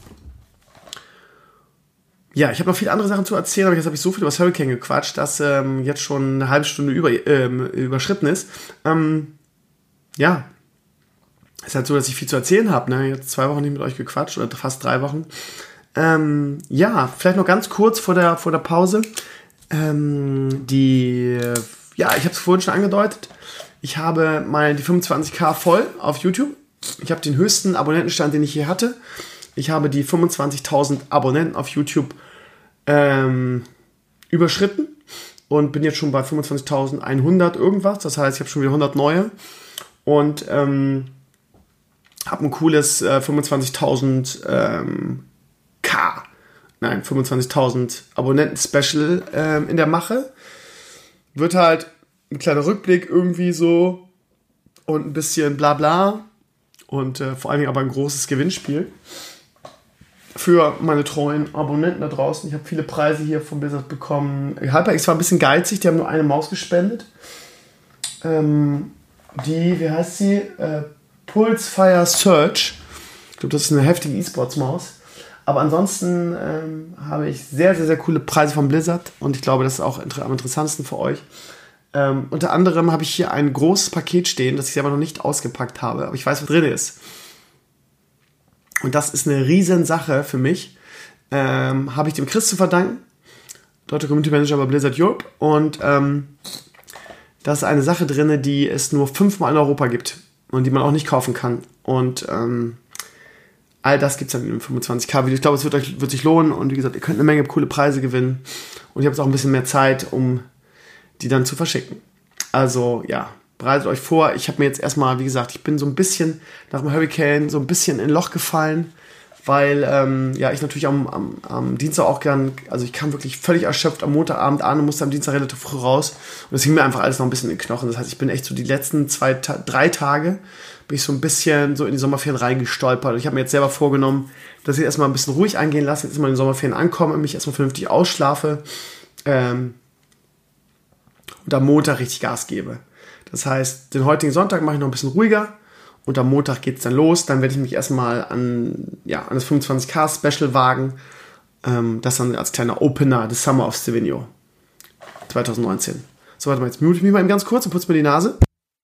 ja, ich habe noch viele andere Sachen zu erzählen, aber jetzt habe ich so viel über das Hurricane gequatscht, dass ähm, jetzt schon eine halbe Stunde über, ähm, überschritten ist. Ähm, ja, es ist halt so, dass ich viel zu erzählen habe. Ne? Jetzt zwei Wochen nicht mit euch gequatscht oder fast drei Wochen. Ähm, ja, vielleicht noch ganz kurz vor der, vor der Pause. Ähm, die, ja, ich habe es vorhin schon angedeutet. Ich habe mal die fünfundzwanzigtausend voll auf YouTube. Ich habe den höchsten Abonnentenstand, den ich hier hatte. Ich habe die fünfundzwanzigtausend Abonnenten auf YouTube ähm, überschritten und bin jetzt schon bei fünfundzwanzigtausendeinhundert irgendwas. Das heißt, ich habe schon wieder hundert neue und ähm, habe ein cooles äh, fünfundzwanzigtausend ähm, K, nein, fünfundzwanzigtausend Abonnenten-Special ähm, in der Mache. Wird halt ein kleiner Rückblick irgendwie so und ein bisschen Blabla und äh, vor allen Dingen aber ein großes Gewinnspiel für meine treuen Abonnenten da draußen. Ich habe viele Preise hier von Blizzard bekommen. HyperX war ein bisschen geizig, die haben nur eine Maus gespendet. Ähm, die, wie heißt sie? Äh, Pulsefire Search. Ich glaube, das ist eine heftige E-Sports-Maus. Aber ansonsten ähm, habe ich sehr, sehr, sehr coole Preise von Blizzard und ich glaube, das ist auch inter- am interessantesten für euch. Ähm, unter anderem habe ich hier ein großes Paket stehen, das ich selber noch nicht ausgepackt habe, aber ich weiß, was drin ist. Und das ist eine riesen Sache für mich. Ähm, habe ich dem Chris zu verdanken, deutscher Community Manager bei Blizzard Europe. Und ähm, da ist eine Sache drin, die es nur fünfmal in Europa gibt und die man auch nicht kaufen kann. Und ähm, all das gibt es dann in einem fünfundzwanzig K Video. Ich glaube, es wird euch wird sich lohnen. Und wie gesagt, ihr könnt eine Menge coole Preise gewinnen. Und ich habe jetzt auch ein bisschen mehr Zeit, um die dann zu verschicken. Also ja, bereitet euch vor. Ich habe mir jetzt erstmal, wie gesagt, ich bin so ein bisschen nach dem Hurricane so ein bisschen in ein Loch gefallen, weil ähm, ja ich natürlich am, am, am Dienstag auch gern, also ich kam wirklich völlig erschöpft am Montagabend an und musste am Dienstag relativ früh raus. Und es hing mir einfach alles noch ein bisschen in den Knochen. Das heißt, ich bin echt so die letzten zwei, drei Tage bin ich so ein bisschen so in die Sommerferien reingestolpert. Und ich habe mir jetzt selber vorgenommen, dass ich erstmal ein bisschen ruhig angehen lasse, jetzt mal in den Sommerferien ankomme, mich erstmal vernünftig ausschlafe ähm, und am Montag richtig Gas gebe. Das heißt, den heutigen Sonntag mache ich noch ein bisschen ruhiger und am Montag geht es dann los. Dann werde ich mich erstmal an, ja, an das fünfundzwanzig K Special wagen. Ähm, das dann als kleiner Opener des Summer of Stevino zwanzig neunzehn. So, warte mal, jetzt mute ich mich mal eben ganz kurz und putze mir die Nase.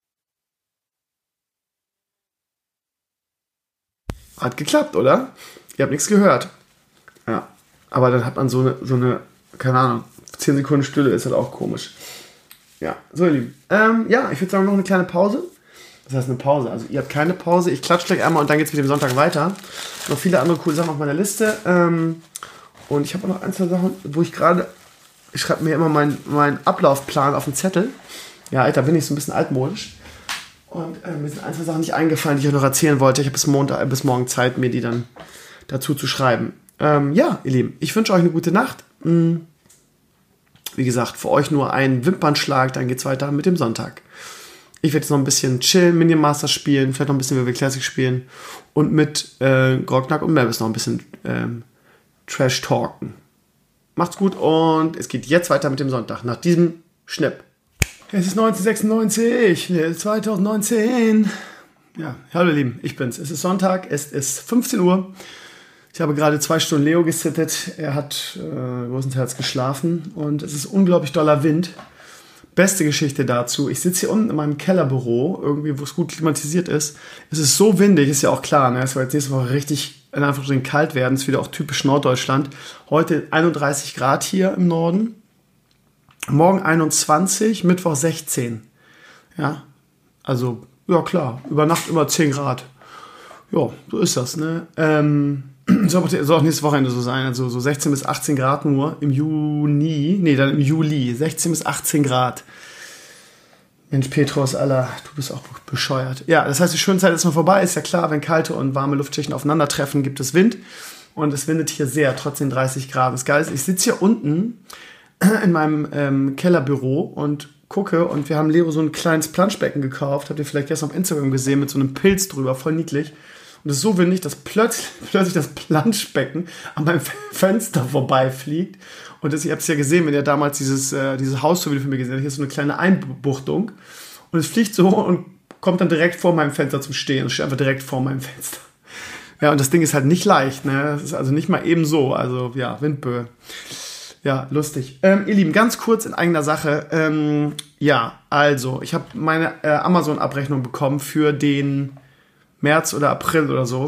Hat geklappt, oder? Ihr habt nichts gehört. Ja, aber dann hat man so eine, so eine, keine Ahnung, zehn Sekunden Stille, ist halt auch komisch. Ja, so ihr Lieben. Ähm, ja, ich würde sagen, noch eine kleine Pause. Das heißt eine Pause. Also ihr habt keine Pause. Ich klatsche gleich einmal und dann geht es mit dem Sonntag weiter. Noch viele andere coole Sachen auf meiner Liste. Ähm, und ich habe auch noch ein, zwei Sachen, wo ich gerade... Ich schreibe mir immer meinen mein Ablaufplan auf den Zettel. Ja, Alter, bin ich so ein bisschen altmodisch. Und äh, mir sind ein, zwei Sachen nicht eingefallen, die ich euch noch erzählen wollte. Ich habe bis, Montag, bis morgen Zeit, mir die dann dazu zu schreiben. Ähm, ja, ihr Lieben, ich wünsche euch eine gute Nacht. Wie gesagt, für euch nur ein Wimpernschlag, dann geht's weiter mit dem Sonntag. Ich werde jetzt noch ein bisschen chillen, Minion Masters spielen, vielleicht noch ein bisschen W W Classic spielen und mit äh, Grognack und Mavis noch ein bisschen ähm, Trash talken. Macht's gut und es geht jetzt weiter mit dem Sonntag, nach diesem Schnipp. Es ist neunzehnhundertsechsundneunzig, zwanzig neunzehn. Ja, hallo ihr Lieben, ich bin's. Es ist Sonntag, es ist fünfzehn Uhr. Ich habe gerade zwei Stunden Leo gesittet. Er hat äh, großenteils geschlafen und es ist unglaublich doller Wind. Beste Geschichte dazu. Ich sitze hier unten in meinem Kellerbüro, irgendwie, wo es gut klimatisiert ist. Es ist so windig, ist ja auch klar. Ne? Es soll jetzt nächste Woche richtig in Anführungsstrichen kalt werden. Ist wieder auch typisch Norddeutschland. Heute einunddreißig Grad hier im Norden. Morgen einundzwanzig, Mittwoch sechzehn. Ja, also, ja klar, über Nacht immer zehn Grad. Ja, so ist das, ne? Ähm, soll auch, soll auch nächstes Wochenende so sein, also so sechzehn bis achtzehn Grad nur im Juni, nee, dann im Juli, sechzehn bis achtzehn Grad. Mensch, Petrus, Alter, du bist auch bescheuert. Ja, das heißt, die schöne Zeit ist mal vorbei, ist ja klar, wenn kalte und warme Luftschichten aufeinandertreffen, gibt es Wind. Und es windet hier sehr, trotzdem dreißig Grad. Das Geile ist, ich sitze hier unten in meinem ähm, Kellerbüro und gucke und wir haben Leo so ein kleines Planschbecken gekauft, habt ihr vielleicht gestern auf Instagram gesehen, mit so einem Pilz drüber, voll niedlich. Und es ist so windig, dass plötzlich, plötzlich das Planschbecken an meinem Fenster vorbeifliegt. Und das, ihr habt es ja gesehen, wenn ihr damals dieses, äh, dieses Hausvideo für mich gesehen habt, hier ist so eine kleine Einbuchtung. Und es fliegt so und kommt dann direkt vor meinem Fenster zum Stehen. Es steht einfach direkt vor meinem Fenster. Ja, und das Ding ist halt nicht leicht, ne? Das ist also nicht mal eben so. Also, ja, Windböe. Ja, lustig. Ähm, ihr Lieben, ganz kurz in eigener Sache. Ähm, ja, also, ich habe meine äh, Amazon-Abrechnung bekommen für den März oder April oder so.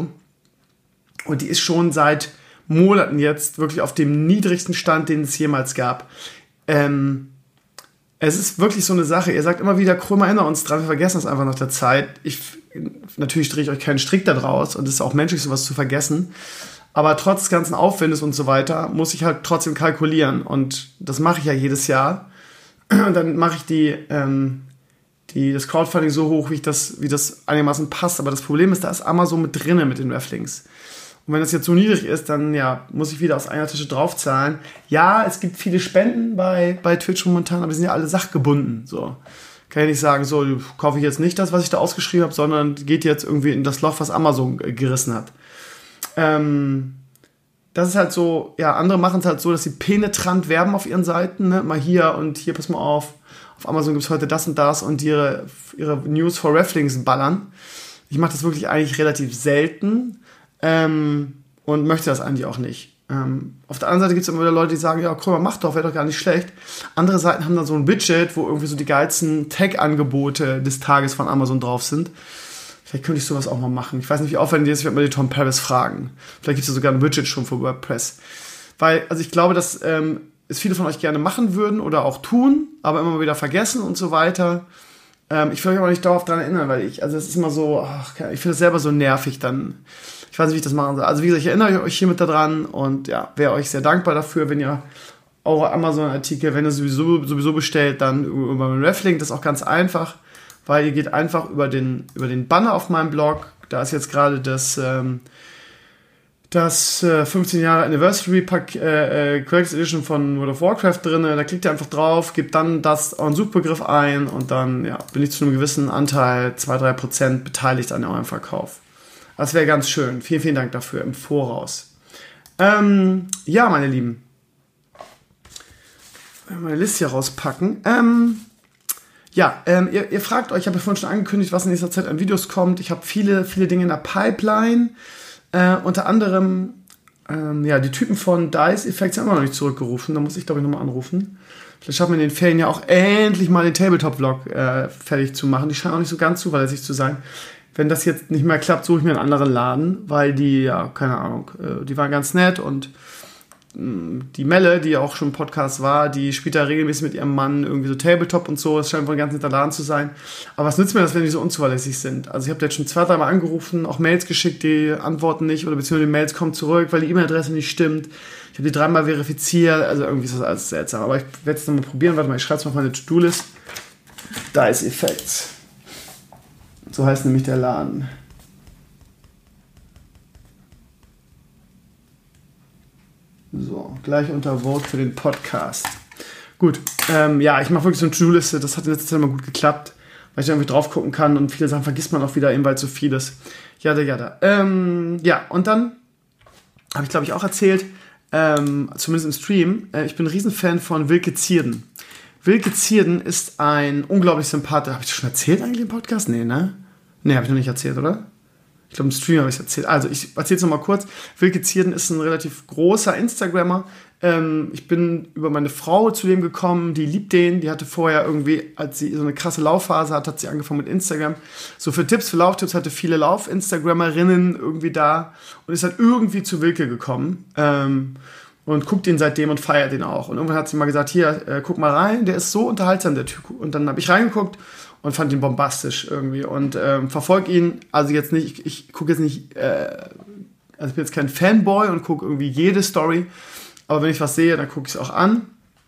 Und die ist schon seit Monaten jetzt wirklich auf dem niedrigsten Stand, den es jemals gab. Ähm, es ist wirklich so eine Sache. Ihr sagt immer wieder, Krömer, erinnere uns dran, wir vergessen das einfach nach der Zeit. Ich, natürlich drehe ich euch keinen Strick da draus und es ist auch menschlich, sowas zu vergessen. Aber trotz des ganzen Aufwandes und so weiter muss ich halt trotzdem kalkulieren. Und das mache ich ja jedes Jahr. Und dann mache ich die, ähm, die, das Crowdfunding so hoch, wie, ich das, wie das einigermaßen passt. Aber das Problem ist, da ist Amazon mit drinne mit den Rafflings. Und wenn das jetzt so niedrig ist, dann ja, muss ich wieder aus einer Tasche draufzahlen. Ja, es gibt viele Spenden bei, bei Twitch momentan, aber die sind ja alle sachgebunden. So. Kann ich nicht sagen, so kaufe ich jetzt nicht das, was ich da ausgeschrieben habe, sondern geht jetzt irgendwie in das Loch, was Amazon gerissen hat. Ähm, das ist halt so, ja, andere machen es halt so, dass sie penetrant werben auf ihren Seiten, ne? Mal hier und hier, pass mal auf, auf Amazon gibt es heute das und das und ihre, ihre News for Rafflings ballern. Ich mache das wirklich eigentlich relativ selten ähm, und möchte das eigentlich auch nicht. Ähm, auf der anderen Seite gibt es immer wieder Leute, die sagen, ja, guck mal, mach doch, wäre doch gar nicht schlecht. Andere Seiten haben dann so ein Widget, wo irgendwie so die geilsten Tag-Angebote des Tages von Amazon drauf sind. Vielleicht könnte ich sowas auch mal machen. Ich weiß nicht, wie aufwendig das ist, ich werde mal den Tom Paris fragen. Vielleicht gibt es ja sogar ein Widget schon für WordPress. Weil, also ich glaube, dass ähm, es viele von euch gerne machen würden oder auch tun, aber immer mal wieder vergessen und so weiter. Ähm, ich will euch aber nicht dauerhaft daran erinnern, weil ich, also es ist immer so, ach, ich finde es selber so nervig dann. Ich weiß nicht, wie ich das machen soll. Also wie gesagt, ich erinnere euch hiermit daran und ja, wäre euch sehr dankbar dafür, wenn ihr eure Amazon-Artikel, wenn ihr sowieso, sowieso bestellt, dann über meinen Raffling, das ist auch ganz einfach. Weil ihr geht einfach über den, über den Banner auf meinem Blog. Da ist jetzt gerade das, ähm, das äh, fünfzehn Jahre Anniversary Pack, äh, Collector's Edition von World of Warcraft drin. Da klickt ihr einfach drauf, gebt dann das euren Suchbegriff ein und dann ja, bin ich zu einem gewissen Anteil, zwei bis drei Prozent beteiligt an eurem Verkauf. Das wäre ganz schön. Vielen, vielen Dank dafür im Voraus. Ähm, ja, meine Lieben. Meine Liste hier rauspacken. Ähm, Ja, ähm, ihr, ihr fragt euch, ich habe ja vorhin schon angekündigt, was in nächster Zeit an Videos kommt. Ich habe viele, viele Dinge in der Pipeline. Äh, unter anderem, ähm, ja, die Typen von Dice Effects sind immer noch nicht zurückgerufen. Da muss ich, glaube ich, nochmal anrufen. Vielleicht schaffen wir in den Ferien ja auch endlich mal den Tabletop-Vlog äh, fertig zu machen. Die scheinen auch nicht so ganz zuverlässig zu sein. Wenn das jetzt nicht mehr klappt, suche ich mir einen anderen Laden, weil die, ja, keine Ahnung, äh, die waren ganz nett und die Melle, die ja auch schon im Podcast war, die spielt da regelmäßig mit ihrem Mann irgendwie so Tabletop und so. Das scheint wohl ein ganz netter Laden zu sein. Aber was nützt mir das, wenn die so unzuverlässig sind? Also ich habe jetzt schon zwei, dreimal angerufen, auch Mails geschickt, die antworten nicht oder beziehungsweise die Mails kommen zurück, weil die E-Mail-Adresse nicht stimmt. Ich habe die dreimal verifiziert, also irgendwie ist das alles seltsam. Aber ich werde es nochmal probieren. Warte mal, ich schreibe es mal auf meine To-Do-List. Dice Effects. So heißt nämlich der Laden. So, gleich unter Vote für den Podcast. Gut, ähm, ja, ich mache wirklich so eine To-Do-Liste. Das hat in letzter Zeit immer gut geklappt, weil ich da irgendwie drauf gucken kann und viele Sachen vergisst man auch wieder, eben weil es so viel ist. Jada, jada. Ähm, ja, und dann habe ich, glaube ich, auch erzählt, ähm, zumindest im Stream, äh, ich bin ein Riesenfan von Wilke Zierden. Wilke Zierden ist ein unglaublich sympathischer... Habe ich das schon erzählt eigentlich im Podcast? Nee, ne? Nee, habe ich noch nicht erzählt, oder? Ich glaube, im Stream habe ich es erzählt. Also, ich erzähle es nochmal kurz. Wilke Zierden ist ein relativ großer Instagrammer. Ähm, ich bin über meine Frau zu dem gekommen, die liebt den. Die hatte vorher irgendwie, als sie so eine krasse Laufphase hat, hat sie angefangen mit Instagram. So für Tipps, für Lauftipps hatte viele Lauf-Instagrammerinnen irgendwie da und ist halt irgendwie zu Wilke gekommen. Ähm, und guckt ihn seitdem und feiert ihn auch. Und irgendwann hat sie mal gesagt, hier, äh, guck mal rein, der ist so unterhaltsam, der Typ. Und dann habe ich reingeguckt und fand ihn bombastisch irgendwie und ähm, verfolge ihn, also jetzt nicht, ich, ich gucke jetzt nicht, äh, also ich bin jetzt kein Fanboy und gucke irgendwie jede Story, aber wenn ich was sehe, dann gucke ich es auch an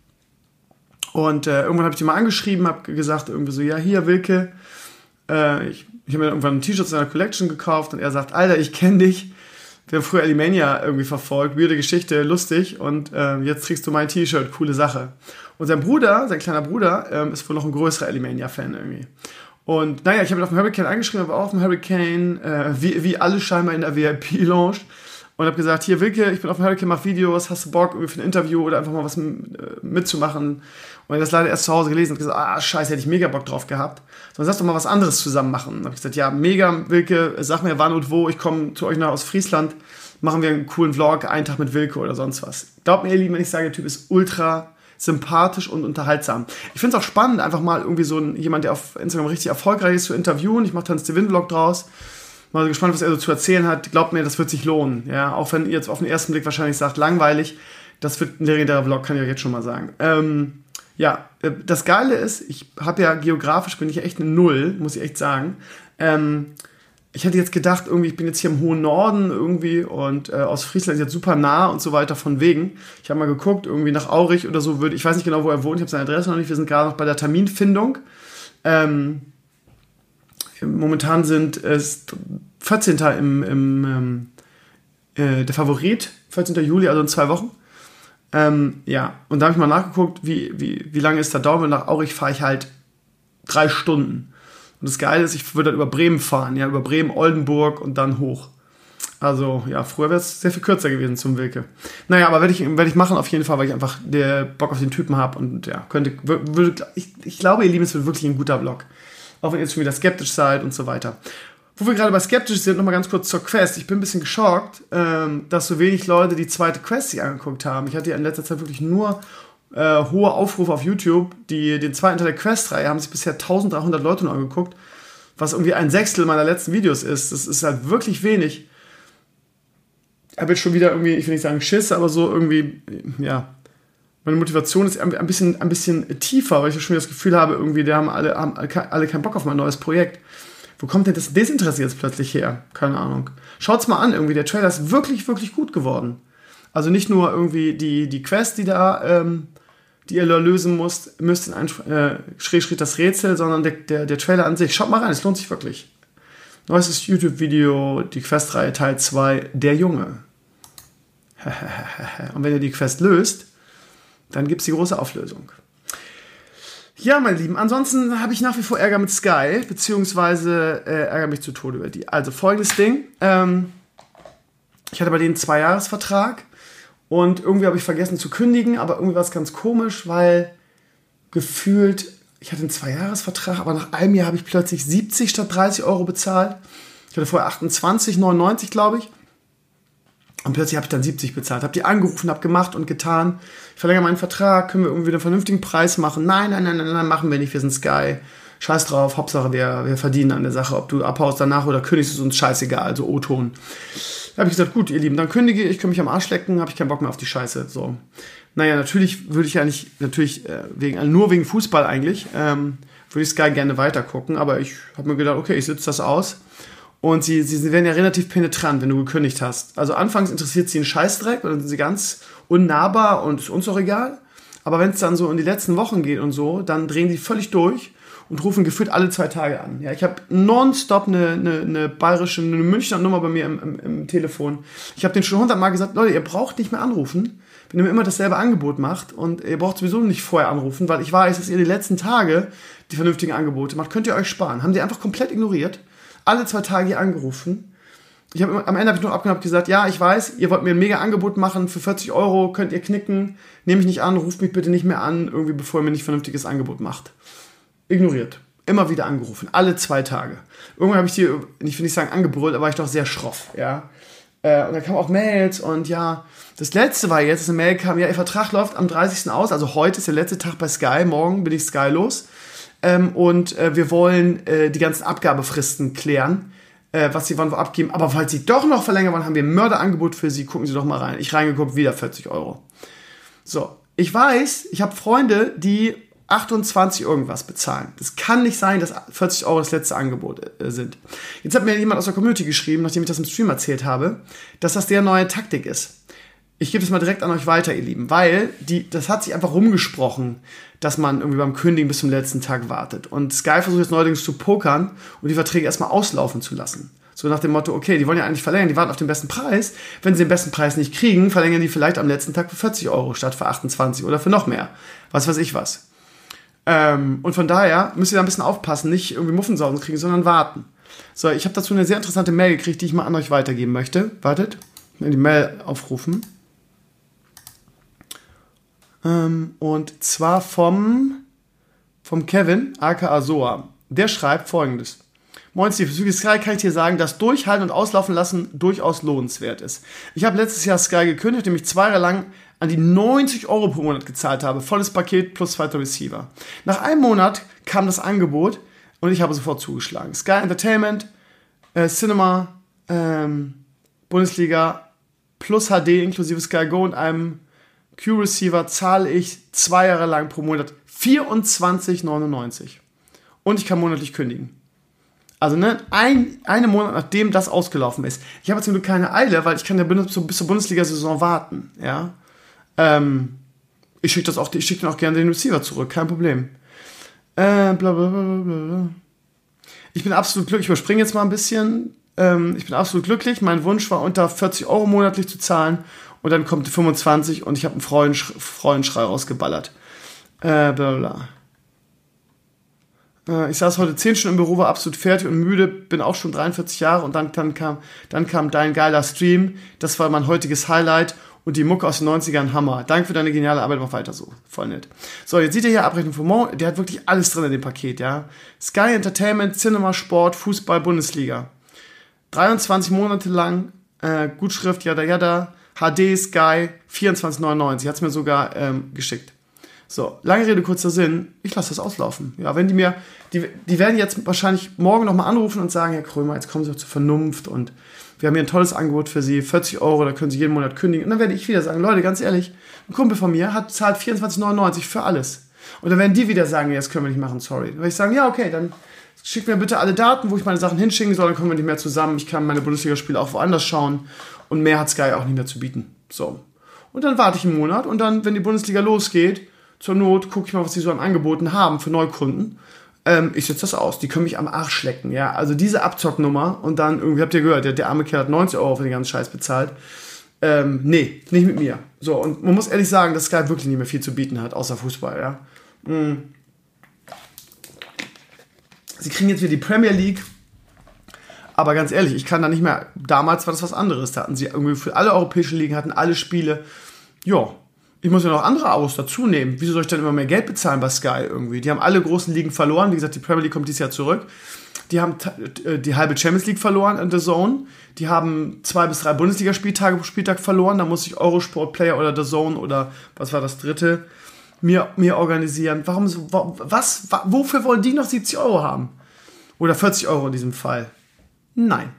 und äh, irgendwann habe ich ihn mal angeschrieben, habe gesagt irgendwie so, ja hier Wilke, äh, ich, ich habe mir irgendwann ein T-Shirt zu einer Collection gekauft und er sagt, Alter, ich kenne dich, wir haben früher Alimania irgendwie verfolgt, weirde Geschichte, lustig und äh, jetzt trägst du mein T-Shirt, coole Sache. Und sein Bruder, sein kleiner Bruder, ähm, ist wohl noch ein größerer Alimania-Fan irgendwie. Und naja, ich habe ihn auf dem Hurricane angeschrieben, aber auch auf dem Hurricane, äh, wie, wie alle scheinbar in der V I P-Lounge. Und habe gesagt, hier Wilke, ich bin auf dem Hurricane, mach Videos, hast du Bock irgendwie für ein Interview oder einfach mal was m- äh, mitzumachen? Und er hat das leider erst zu Hause gelesen und gesagt, ah scheiße, hätte ich mega Bock drauf gehabt. Dann lass doch mal was anderes zusammen machen. Dann habe ich gesagt, ja mega Wilke, sag mir wann und wo, ich komme zu euch nach aus Friesland, machen wir einen coolen Vlog, einen Tag mit Wilke oder sonst was. Glaubt mir ihr Lieben, wenn ich sage, der Typ ist ultra sympathisch und unterhaltsam. Ich finde es auch spannend, einfach mal irgendwie so ein, jemand, der auf Instagram richtig erfolgreich ist, zu interviewen. Ich mache dann einen Vlog draus. Mal gespannt, was er so zu erzählen hat. Glaubt mir, das wird sich lohnen. Ja, auch wenn ihr jetzt auf den ersten Blick wahrscheinlich sagt, langweilig. Das wird ein legendärer Vlog, kann ich euch jetzt schon mal sagen. Ähm, ja, das Geile ist, ich habe ja geografisch, bin ich ja echt eine Null, muss ich echt sagen. Ähm, Ich hätte jetzt gedacht, irgendwie, ich bin jetzt hier im hohen Norden irgendwie und äh, aus Friesland ist jetzt super nah und so weiter von wegen. Ich habe mal geguckt, irgendwie nach Aurich oder so würde, ich weiß nicht genau, wo er wohnt, ich habe seine Adresse noch nicht, wir sind gerade noch bei der Terminfindung. Ähm, momentan sind es vierzehnten im, im ähm, äh, der Favorit, vierzehnten Juli, also in zwei Wochen. Ähm, ja, und da habe ich mal nachgeguckt, wie, wie, wie lange ist der Daumen. Nach Aurich fahre ich halt drei Stunden. Und das Geile ist, ich würde dann über Bremen fahren, ja, über Bremen, Oldenburg und dann hoch. Also, ja, früher wäre es sehr viel kürzer gewesen zum Wilke. Naja, aber werde ich, werd ich machen auf jeden Fall, weil ich einfach der Bock auf den Typen habe und ja, könnte, würde, ich, ich glaube, ihr Lieben, es wird wirklich ein guter Vlog. Auch wenn ihr jetzt schon wieder skeptisch seid und so weiter. Wo wir gerade bei skeptisch sind, nochmal ganz kurz zur Quest. Ich bin ein bisschen geschockt, ähm, dass so wenig Leute die zweite Quest sich angeguckt haben. Ich hatte ja in letzter Zeit wirklich nur Äh, hohe Aufrufe auf YouTube. Die, den zweiten Teil der Quest-Reihe haben sich bisher dreizehnhundert Leute nur angeguckt, was irgendwie ein Sechstel meiner letzten Videos ist. Das ist halt wirklich wenig. Ich habe jetzt schon wieder irgendwie, ich will nicht sagen Schiss, aber so irgendwie, ja, meine Motivation ist ein bisschen, ein bisschen tiefer, weil ich schon wieder das Gefühl habe, irgendwie, die haben alle, haben alle keinen Bock auf mein neues Projekt. Wo kommt denn das Desinteresse jetzt plötzlich her? Keine Ahnung. Schaut's mal an, irgendwie, der Trailer ist wirklich, wirklich gut geworden. Also nicht nur irgendwie die, die Quest, die da, ähm, die ihr lösen müsst, müsst in einen äh, Schrägstrich das Rätsel, sondern der, der, der Trailer an sich. Schaut mal rein, es lohnt sich wirklich. Neuestes YouTube-Video, die Quest-Reihe Teil zwei, der Junge. Und wenn ihr die Quest löst, dann gibt es die große Auflösung. Ja, meine Lieben, ansonsten habe ich nach wie vor Ärger mit Sky, beziehungsweise äh, ärgere mich zu Tode über die. Also folgendes Ding, ähm, ich hatte bei denen einen Zwei-Jahres-Vertrag. Und irgendwie habe ich vergessen zu kündigen, aber irgendwie war es ganz komisch, weil gefühlt, ich hatte einen Zwei-Jahres-Vertrag, aber nach einem Jahr habe ich plötzlich siebzig statt dreißig Euro bezahlt. Ich hatte vorher achtundzwanzig neunundneunzig, glaube ich. Und plötzlich habe ich dann siebzig bezahlt. Habe die angerufen, habe gemacht und getan. Ich verlängere meinen Vertrag, können wir irgendwie einen vernünftigen Preis machen? Nein, nein, nein, nein, nein, machen wir nicht, wir sind Sky. scheiß drauf, Hauptsache wir, wir verdienen an der Sache, ob du abhaust danach oder kündigst, ist uns scheißegal, also O-Ton. Da habe ich gesagt, gut, ihr Lieben, dann kündige ich, kann mich am Arsch lecken, habe ich keinen Bock mehr auf die Scheiße, so. Naja, natürlich würde ich ja nicht, natürlich äh, wegen, also nur wegen Fußball eigentlich, ähm, würde ich Sky gerne weiter gucken, aber ich habe mir gedacht, okay, ich sitze das aus. Und sie, sie, sie werden ja relativ penetrant, wenn du gekündigt hast. Also anfangs interessiert sie einen Scheißdreck und dann sind sie ganz unnahbar und ist uns auch egal. Aber wenn es dann so in die letzten Wochen geht und so, dann drehen die völlig durch und rufen gefühlt alle zwei Tage an. Ja, ich habe nonstop eine, eine, eine bayerische, eine Münchner Nummer bei mir im, im, im Telefon. Ich habe denen schon hundertmal gesagt, Leute, ihr braucht nicht mehr anrufen, wenn ihr mir immer dasselbe Angebot macht und ihr braucht sowieso nicht vorher anrufen, weil ich weiß, dass ihr die letzten Tage die vernünftigen Angebote macht, könnt ihr euch sparen. Haben die einfach komplett ignoriert. Alle zwei Tage hier angerufen. Ich hab, am Ende habe ich nur abgenommen und gesagt, ja, ich weiß, ihr wollt mir ein mega Angebot machen, für vierzig Euro könnt ihr knicken, nehme ich nicht an, ruft mich bitte nicht mehr an, irgendwie bevor ihr mir nicht ein vernünftiges Angebot macht. Ignoriert. Immer wieder angerufen. Alle zwei Tage. Irgendwann habe ich die, ich will nicht sagen angebrüllt, aber war ich doch sehr schroff, ja. Äh, und dann kamen auch Mails und ja, das letzte war jetzt, dass eine Mail kam, ja, ihr Vertrag läuft am dreißigsten aus, also heute ist der letzte Tag bei Sky, morgen bin ich Sky los. Ähm, und äh, wir wollen äh, die ganzen Abgabefristen klären, äh, was sie wann wo abgeben. Aber falls sie doch noch verlängern wollen, haben wir ein Mörderangebot für sie. Gucken Sie doch mal rein. Ich reingeguckt, wieder vierzig Euro. So, ich weiß, ich habe Freunde, die achtundzwanzig irgendwas bezahlen. Das kann nicht sein, dass vierzig Euro das letzte Angebot äh, sind. Jetzt hat mir jemand aus der Community geschrieben, nachdem ich das im Stream erzählt habe, dass das der neue Taktik ist. Ich gebe es mal direkt an euch weiter, ihr Lieben, weil die, das hat sich einfach rumgesprochen, dass man irgendwie beim Kündigen bis zum letzten Tag wartet. Und Sky versucht jetzt neuerdings zu pokern und die Verträge erstmal auslaufen zu lassen. So nach dem Motto, okay, die wollen ja eigentlich verlängern, die warten auf den besten Preis. Wenn sie den besten Preis nicht kriegen, verlängern die vielleicht am letzten Tag für vierzig Euro statt für achtundzwanzig oder für noch mehr. Was weiß ich was. Ähm, und von daher müsst ihr da ein bisschen aufpassen, nicht irgendwie Muffensausen kriegen, sondern warten. So, ich habe dazu eine sehr interessante Mail gekriegt, die ich mal an euch weitergeben möchte. Wartet, ich will die Mail aufrufen. Ähm, und zwar vom, vom Kevin, aka Soa. Der schreibt Folgendes. Moin Steve, bezüglich Sky kann ich dir sagen, dass Durchhalten und Auslaufen lassen durchaus lohnenswert ist. Ich habe letztes Jahr Sky gekündigt, nachdem ich zwei Jahre lang an die neunzig Euro pro Monat gezahlt habe. Volles Paket plus zweiter Receiver. Nach einem Monat kam das Angebot und ich habe sofort zugeschlagen. Sky Entertainment, äh, Cinema, ähm, Bundesliga plus H D inklusive Sky Go und einem Q-Receiver zahle ich zwei Jahre lang pro Monat vierundzwanzig neunundneunzig. Und ich kann monatlich kündigen. Also ne, ein einen Monat nachdem das ausgelaufen ist. Ich habe zum Glück keine Eile, weil ich kann ja bis zur Bundesliga-Saison warten. Ja? Ähm, ich schicke das auch, ich schicke dann auch gerne den Receiver zurück, kein Problem. Äh, bla bla bla bla. Ich bin absolut glücklich, ich überspringe jetzt mal ein bisschen. Ähm, ich bin absolut glücklich. Mein Wunsch war, unter vierzig Euro monatlich zu zahlen. Und dann kommt die fünfundzwanzig und ich habe einen Freudensch- Freudenschrei rausgeballert. Äh, bla bla. Äh, ich saß heute zehn Stunden im Büro, war absolut fertig und müde, bin auch schon dreiundvierzig Jahre und dann, dann, kam, dann kam dein geiler Stream. Das war mein heutiges Highlight und die Mucke aus den neunzigern, Hammer. Danke für deine geniale Arbeit, mach weiter so. Voll nett. So, jetzt seht ihr hier Abrechnung von Mo, der hat wirklich alles drin in dem Paket, ja. Sky Entertainment, Cinema, Sport, Fußball, Bundesliga. dreiundzwanzig Monate lang, äh, Gutschrift, yada yada. H D Sky vierundzwanzig neunundneunzig, hat es mir sogar ähm, geschickt. So, lange Rede, kurzer Sinn, ich lasse das auslaufen. Ja, wenn die mir, die, die werden jetzt wahrscheinlich morgen nochmal anrufen und sagen, Herr Krömer, jetzt kommen Sie doch zur Vernunft und wir haben hier ein tolles Angebot für Sie, vierzig Euro, da können Sie jeden Monat kündigen. Und dann werde ich wieder sagen, Leute, ganz ehrlich, ein Kumpel von mir hat zahlt vierundzwanzig neunundneunzig für alles. Und dann werden die wieder sagen, jetzt können wir nicht machen, sorry. Dann werde ich sagen, ja, okay, dann schickt mir bitte alle Daten, wo ich meine Sachen hinschicken soll, dann kommen wir nicht mehr zusammen. Ich kann meine Bundesligaspiele auch woanders schauen. Und mehr hat Sky auch nicht mehr zu bieten. So. Und dann warte ich einen Monat und dann, wenn die Bundesliga losgeht, zur Not gucke ich mal, was die so an Angeboten haben für Neukunden. Ähm, ich setze das aus. Die können mich am Arsch lecken. Ja? Also diese Abzocknummer und dann irgendwie, habt ihr gehört, der, der arme Kerl hat neunzig Euro für den ganzen Scheiß bezahlt. Ähm, nee, nicht mit mir. So, und man muss ehrlich sagen, dass Sky wirklich nicht mehr viel zu bieten hat, außer Fußball. Ja? Mhm. Sie kriegen jetzt wieder die Premier League. Aber ganz ehrlich, ich kann da nicht mehr, damals war das was anderes, da hatten sie irgendwie für alle europäischen Ligen, hatten alle Spiele, ja, ich muss ja noch andere Abos dazu nehmen, wieso soll ich dann immer mehr Geld bezahlen bei Sky irgendwie, die haben alle großen Ligen verloren, wie gesagt, die Premier League kommt dieses Jahr zurück, die haben t- die halbe Champions League verloren in The Zone, die haben zwei bis drei Bundesligaspieltage pro Spieltag verloren, da muss ich Eurosport Player oder The Zone oder was war das dritte, mir, mir organisieren. Warum so, was, wofür wollen die noch siebzig Euro haben? Oder vierzig Euro in diesem Fall? Nein.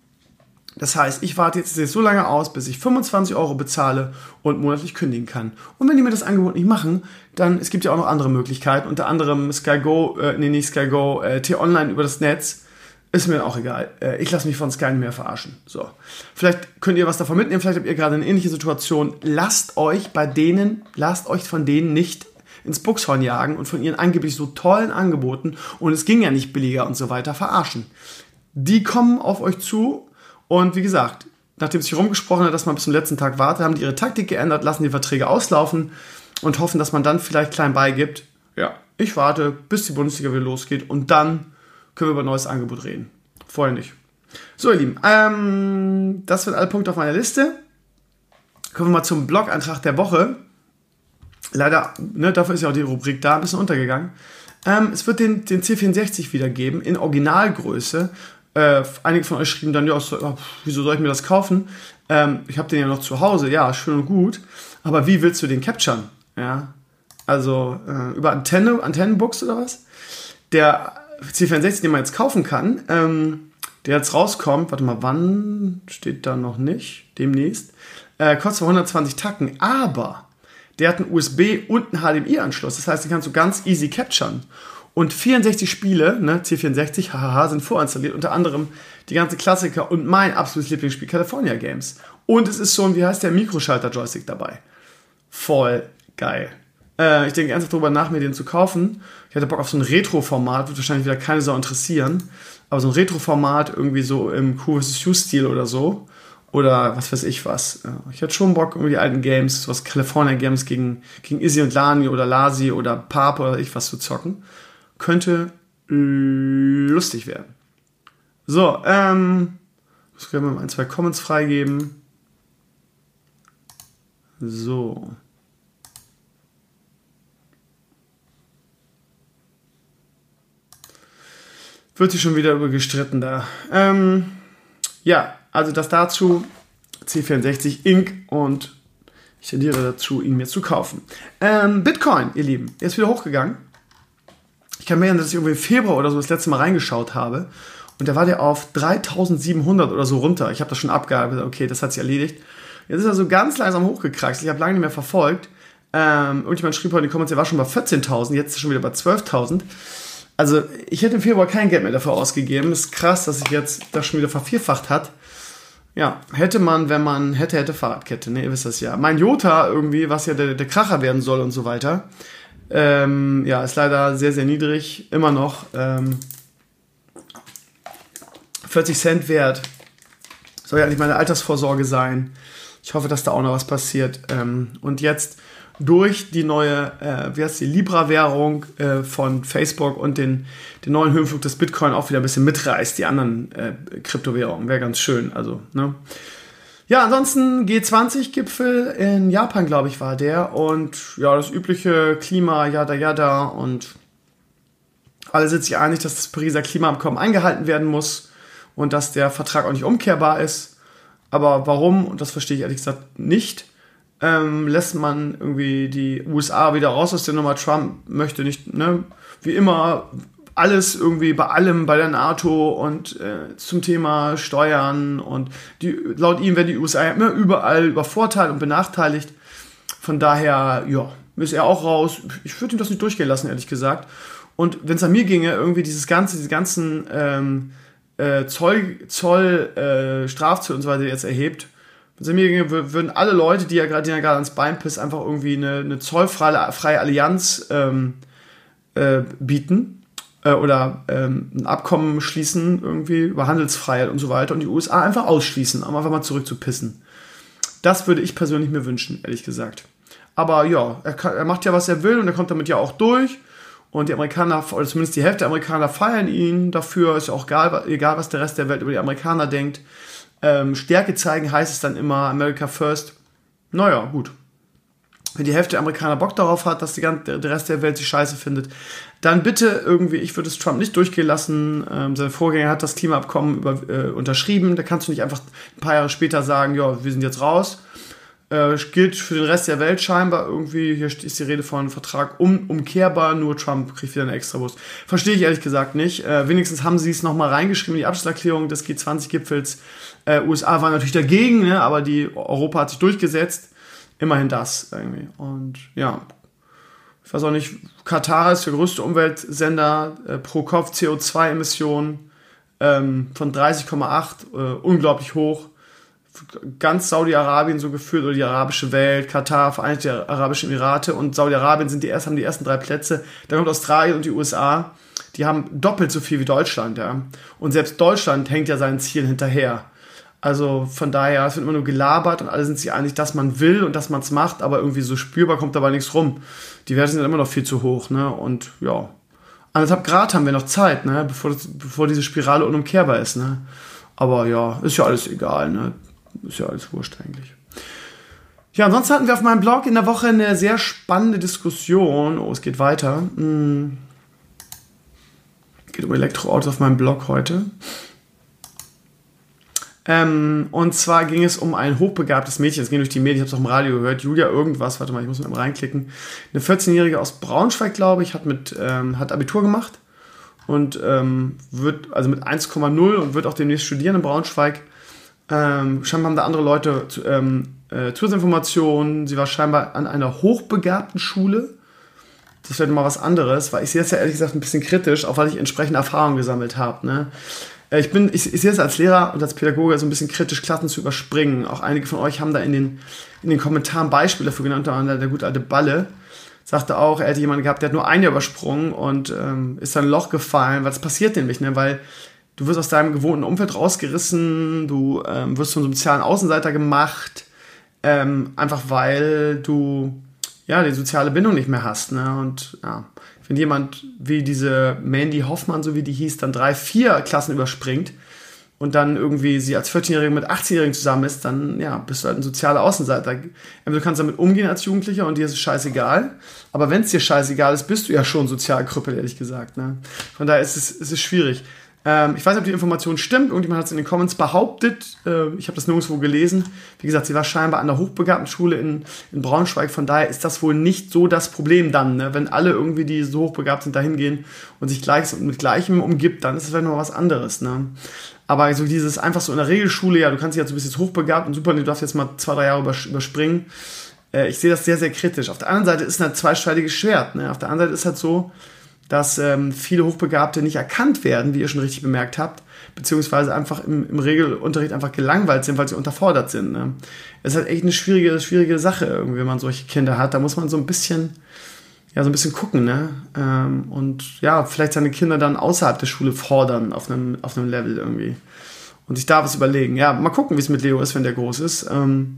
Das heißt, ich warte jetzt so lange aus, bis ich fünfundzwanzig Euro bezahle und monatlich kündigen kann. Und wenn die mir das Angebot nicht machen, dann, es gibt ja auch noch andere Möglichkeiten, unter anderem Sky Go, äh, nee, nicht Sky Go, äh, T-Online über das Netz, ist mir auch egal. Äh, ich lasse mich von Sky nicht mehr verarschen. So. Vielleicht könnt ihr was davon mitnehmen, vielleicht habt ihr gerade eine ähnliche Situation. Lasst euch bei denen, lasst euch von denen nicht ins Buchshorn jagen und von ihren angeblich so tollen Angeboten, und es ging ja nicht billiger und so weiter, verarschen. Die kommen auf euch zu. Und wie gesagt, nachdem sich rumgesprochen hat, dass man bis zum letzten Tag wartet, haben die ihre Taktik geändert, lassen die Verträge auslaufen und hoffen, dass man dann vielleicht klein beigibt. Ja, ich warte, bis die Bundesliga wieder losgeht und dann können wir über ein neues Angebot reden. Vorher nicht. So, ihr Lieben, ähm, das sind alle Punkte auf meiner Liste. Kommen wir mal zum Blog-Eintrag der Woche. Leider, ne, dafür ist ja auch die Rubrik da, ein bisschen untergegangen. Ähm, es wird den, den C vierundsechzig wieder geben, in Originalgröße. Äh, einige von euch schrieben dann, ja, so, wieso soll ich mir das kaufen? Ähm, ich habe den ja noch zu Hause, ja, schön und gut, aber wie willst du den capturen? Ja, also äh, über Antenne, Antennenbox oder was? Der C vierundsechzig, den man jetzt kaufen kann, ähm, der jetzt rauskommt, warte mal, wann steht da noch nicht, demnächst, äh, kostet hundertzwanzig Tacken, aber der hat einen U S B und einen H D M I-Anschluss, das heißt, den kannst du ganz easy capturen. Und vierundsechzig Spiele, ne, C vierundsechzig, hahaha, sind vorinstalliert, unter anderem die ganze Klassiker und mein absolutes Lieblingsspiel, California Games. Und es ist so ein, wie heißt der, Mikroschalter-Joystick dabei. Voll geil. Äh, ich denke ernsthaft darüber nach, mir den zu kaufen. Ich hatte Bock auf so ein Retro-Format, wird wahrscheinlich wieder keine Sau interessieren, aber so ein Retro-Format irgendwie so im Q versus U-Stil oder so. Oder was weiß ich was. Ich hatte schon Bock, irgendwie die alten Games, sowas California Games gegen, gegen Izzy und Lani oder Lasi oder Pape oder ich was zu zocken. Könnte lustig werden. So, ähm, das können wir mal ein, zwei Comments freigeben. So. Wird sich schon wieder über gestritten da. Ähm, ja, also das dazu, C vierundsechzig Incorporated, und ich tendiere dazu, ihn mir zu kaufen. Ähm, Bitcoin, ihr Lieben, er ist wieder hochgegangen. Ich kann mir erinnern, dass ich irgendwie im Februar oder so das letzte Mal reingeschaut habe und da war der auf dreitausendsiebenhundert oder so runter. Ich habe das schon abgearbeitet, okay, das hat sich erledigt. Jetzt ist er so ganz langsam hochgekraxt. Ich habe lange nicht mehr verfolgt. Ähm, irgendjemand schrieb heute in die Comments, er war schon bei vierzehntausend, jetzt ist er schon wieder bei zwölftausend. Also ich hätte im Februar kein Geld mehr dafür ausgegeben. Das ist krass, dass sich jetzt das schon wieder vervierfacht hat. Ja, hätte man, wenn man hätte, hätte Fahrradkette, ne, ihr wisst das ja. Mein Jota irgendwie, was ja der, der Kracher werden soll und so weiter, ähm, ja, ist leider sehr, sehr niedrig, immer noch ähm, vierzig Cent wert. Soll ja eigentlich meine Altersvorsorge sein. Ich hoffe, dass da auch noch was passiert. Ähm, und jetzt durch die neue, äh, wie heißt die, Libra-Währung äh, von Facebook und den, den neuen Höhenflug des Bitcoin auch wieder ein bisschen mitreißt, die anderen äh, Kryptowährungen. Wäre ganz schön, also, ne? Ja, ansonsten G zwanzig Gipfel in Japan, glaube ich, war der. Und ja, das übliche Klima, yada yada. Und alle sind sich einig, dass das Pariser Klimaabkommen eingehalten werden muss und dass der Vertrag auch nicht umkehrbar ist. Aber warum, und das verstehe ich ehrlich gesagt nicht, ähm, lässt man irgendwie die U S A wieder raus aus der Nummer. Trump möchte nicht, ne, wie immer, alles irgendwie bei allem, bei der NATO und äh, zum Thema Steuern, und die, laut ihm werden die U S A immer überall übervorteilt und benachteiligt. Von daher, ja, ist er auch raus. Ich würde ihm das nicht durchgehen lassen, ehrlich gesagt. Und wenn es an mir ginge, irgendwie dieses ganze, diese ganzen ähm, äh, Zoll, Zoll äh, Strafzölle und so weiter jetzt erhebt, wenn es an mir ginge, würden alle Leute, die ja gerade ans Bein pissen, einfach irgendwie eine, eine zollfreie freie Allianz ähm, äh, bieten. Oder ähm, ein Abkommen schließen, irgendwie über Handelsfreiheit und so weiter, und die U S A einfach ausschließen, um einfach mal zurückzupissen. Das würde ich persönlich mir wünschen, ehrlich gesagt. Aber ja, er, kann, er macht ja, was er will, und er kommt damit ja auch durch. Und die Amerikaner, oder zumindest die Hälfte der Amerikaner, feiern ihn dafür. Ist ja auch egal, egal was der Rest der Welt über die Amerikaner denkt. Ähm, Stärke zeigen heißt es dann immer, America first. Naja, gut. Wenn die Hälfte der Amerikaner Bock darauf hat, dass die ganze, der Rest der Welt sich scheiße findet, dann bitte irgendwie, ich würde es Trump nicht durchgehen lassen. Ähm, sein Vorgänger hat das Klimaabkommen über, äh, unterschrieben. Da kannst du nicht einfach ein paar Jahre später sagen, ja, wir sind jetzt raus. Äh, gilt für den Rest der Welt scheinbar irgendwie. Hier ist die Rede von Vertrag um, umkehrbar, nur Trump kriegt wieder eine Extrawurst. Verstehe ich ehrlich gesagt nicht. Äh, wenigstens haben sie es nochmal reingeschrieben in die Abschlusserklärung des G zwanzig Gipfels. Äh, U S A waren natürlich dagegen, ne? Aber die Europa hat sich durchgesetzt. Immerhin das irgendwie. Und ja, ich weiß auch nicht, Katar ist der größte Umweltsender äh, pro Kopf C O zwei Emissionen ähm, von dreißig Komma acht, äh, unglaublich hoch. Ganz Saudi-Arabien so geführt oder die arabische Welt, Katar, Vereinigte Arabische Emirate und Saudi-Arabien sind die ersten, haben die ersten drei Plätze. Dann kommt Australien und die U S A, die haben doppelt so viel wie Deutschland, ja. Und selbst Deutschland hängt ja seinen Zielen hinterher. Also von daher, es wird immer nur gelabert und alle sind sich einig, dass man will und dass man es macht, aber irgendwie so spürbar kommt dabei nichts rum. Die Werte sind immer noch viel zu hoch, ne? Und ja, anderthalb Grad haben wir noch Zeit, ne? Bevor, das, bevor diese Spirale unumkehrbar ist, ne? Aber ja, ist ja alles egal, ne? Ist ja alles wurscht eigentlich. Ja, ansonsten hatten wir auf meinem Blog in der Woche eine sehr spannende Diskussion. Oh, es geht weiter. Hm. Geht um Elektroautos auf meinem Blog heute. Ähm, und zwar ging es um ein hochbegabtes Mädchen. Es ging durch die Medien, ich habe es auch im Radio gehört. Julia irgendwas, warte mal, ich muss mit ihm reinklicken. Eine vierzehnjährige aus Braunschweig, glaube ich, hat, mit, ähm, hat Abitur gemacht. Und ähm, wird, also mit eins Komma null und wird auch demnächst studieren in Braunschweig. Ähm, scheinbar haben da andere Leute zu, ähm, äh, Zusatzinformationen. Sie war scheinbar an einer hochbegabten Schule. Das ist vielleicht mal was anderes, weil ich sehe es ja ehrlich gesagt ein bisschen kritisch, auch weil ich entsprechende Erfahrungen gesammelt habe. Ne? Äh, ich, bin, ich, ich sehe es als Lehrer und als Pädagoge so ein bisschen kritisch, Klassen zu überspringen. Auch einige von euch haben da in den, in den Kommentaren Beispiele dafür genannt, unter anderem der gute alte Balle. Sagte auch, er hätte jemanden gehabt, der hat nur ein Jahr übersprungen und ähm, ist dann ein Loch gefallen. Was passiert nämlich, ne? Weil du wirst aus deinem gewohnten Umfeld rausgerissen, du ähm, wirst zum sozialen Außenseiter gemacht, ähm, einfach weil du ja die soziale Bindung nicht mehr hast. Ne? Und ja, wenn jemand wie diese Mandy Hoffmann, so wie die hieß, dann drei, vier Klassen überspringt und dann irgendwie sie als vierzehnjährige mit achtzehnjährigen zusammen ist, dann ja, bist du halt ein sozialer Außenseiter. Du kannst damit umgehen als Jugendlicher und dir ist es scheißegal. Aber wenn es dir scheißegal ist, bist du ja schon sozial krüppel, ehrlich gesagt. Ne? Von daher ist es, ist es schwierig. Ähm, ich weiß nicht, ob die Information stimmt. Irgendjemand hat es in den Comments behauptet. Äh, ich habe das nirgendwo gelesen. Wie gesagt, sie war scheinbar an der hochbegabten Schule in, in Braunschweig. Von daher ist das wohl nicht so das Problem dann. Ne? Wenn alle irgendwie, die so hochbegabt sind, dahin gehen und sich gleich mit Gleichem umgibt, dann ist es vielleicht noch was anderes. Ne? Aber so dieses einfach so in der Regelschule, ja, du kannst dich jetzt, du bist jetzt hochbegabt und super, du darfst jetzt mal zwei, drei Jahre überspringen. Äh, ich sehe das sehr, sehr kritisch. Auf der anderen Seite ist es ein zweischneidiges Schwert. Ne? Auf der anderen Seite ist halt so, dass ähm, viele Hochbegabte nicht erkannt werden, wie ihr schon richtig bemerkt habt, beziehungsweise einfach im, im Regelunterricht einfach gelangweilt sind, weil sie unterfordert sind. Ne? Es ist halt echt eine schwierige, schwierige Sache, irgendwie, wenn man solche Kinder hat. Da muss man so ein bisschen, ja, so ein bisschen gucken, ne? Ähm, und ja, vielleicht seine Kinder dann außerhalb der Schule fordern auf einem, auf einem Level irgendwie. Und sich da was überlegen. Ja, mal gucken, wie es mit Leo ist, wenn der groß ist. Ähm,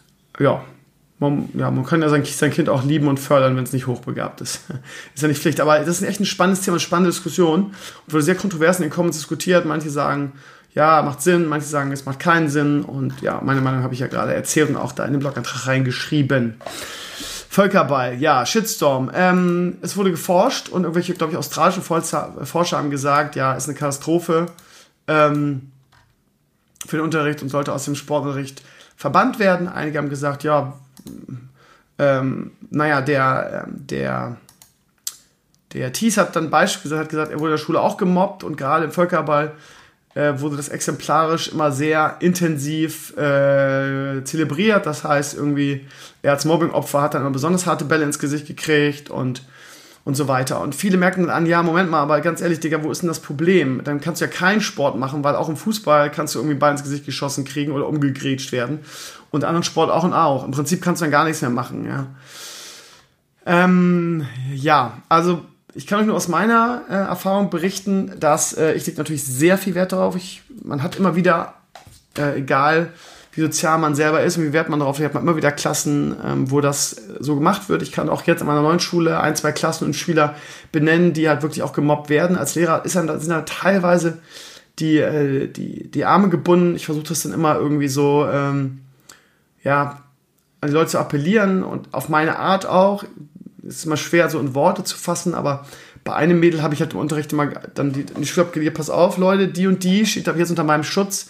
ja. Man, ja, man kann ja sein, sein Kind auch lieben und fördern, wenn es nicht hochbegabt ist. Ist ja nicht Pflicht. Aber das ist echt ein spannendes Thema, eine spannende Diskussion. Und wurde sehr kontrovers in den Comments diskutiert. Manche sagen, ja, macht Sinn. Manche sagen, es macht keinen Sinn. Und ja, meine Meinung habe ich ja gerade erzählt und auch da in den Blogantrag reingeschrieben. Völkerball, ja, Shitstorm. Ähm, es wurde geforscht und irgendwelche, glaube ich, australische Forscher haben gesagt, ja, ist eine Katastrophe ähm, für den Unterricht und sollte aus dem Sportunterricht verbannt werden. Einige haben gesagt, ja, Ähm, naja, der, der, der Thies hat dann beispielsweise hat gesagt, er wurde in der Schule auch gemobbt und gerade im Völkerball äh, wurde das exemplarisch immer sehr intensiv äh, zelebriert. Das heißt, irgendwie, er als Mobbing-Opfer hat dann immer besonders harte Bälle ins Gesicht gekriegt und und so weiter. Und viele merken dann an, ja, Moment mal, aber ganz ehrlich, Digga, wo ist denn das Problem? Dann kannst du ja keinen Sport machen, weil auch im Fußball kannst du irgendwie einen Ball ins Gesicht geschossen kriegen oder umgegrätscht werden. Und anderen Sport auch und auch. Im Prinzip kannst du dann gar nichts mehr machen, ja. Ähm, ja, also ich kann euch nur aus meiner äh, Erfahrung berichten, dass äh, ich lege natürlich sehr viel Wert darauf. Ich, man hat immer wieder, äh, egal wie sozial man selber ist und wie wert man darauf legt, hat man immer wieder Klassen, ähm, wo das so gemacht wird. Ich kann auch jetzt an meiner neuen Schule ein, zwei Klassen und Schüler benennen, die halt wirklich auch gemobbt werden. Als Lehrer ist dann, sind dann teilweise die, äh, die, die Arme gebunden. Ich versuche das dann immer irgendwie so, ähm, ja, an die Leute zu appellieren und auf meine Art auch. Es ist immer schwer, so in Worte zu fassen, aber bei einem Mädel habe ich halt im Unterricht immer dann die, die Schule abgelegt, pass auf, Leute, die und die steht da jetzt unter meinem Schutz.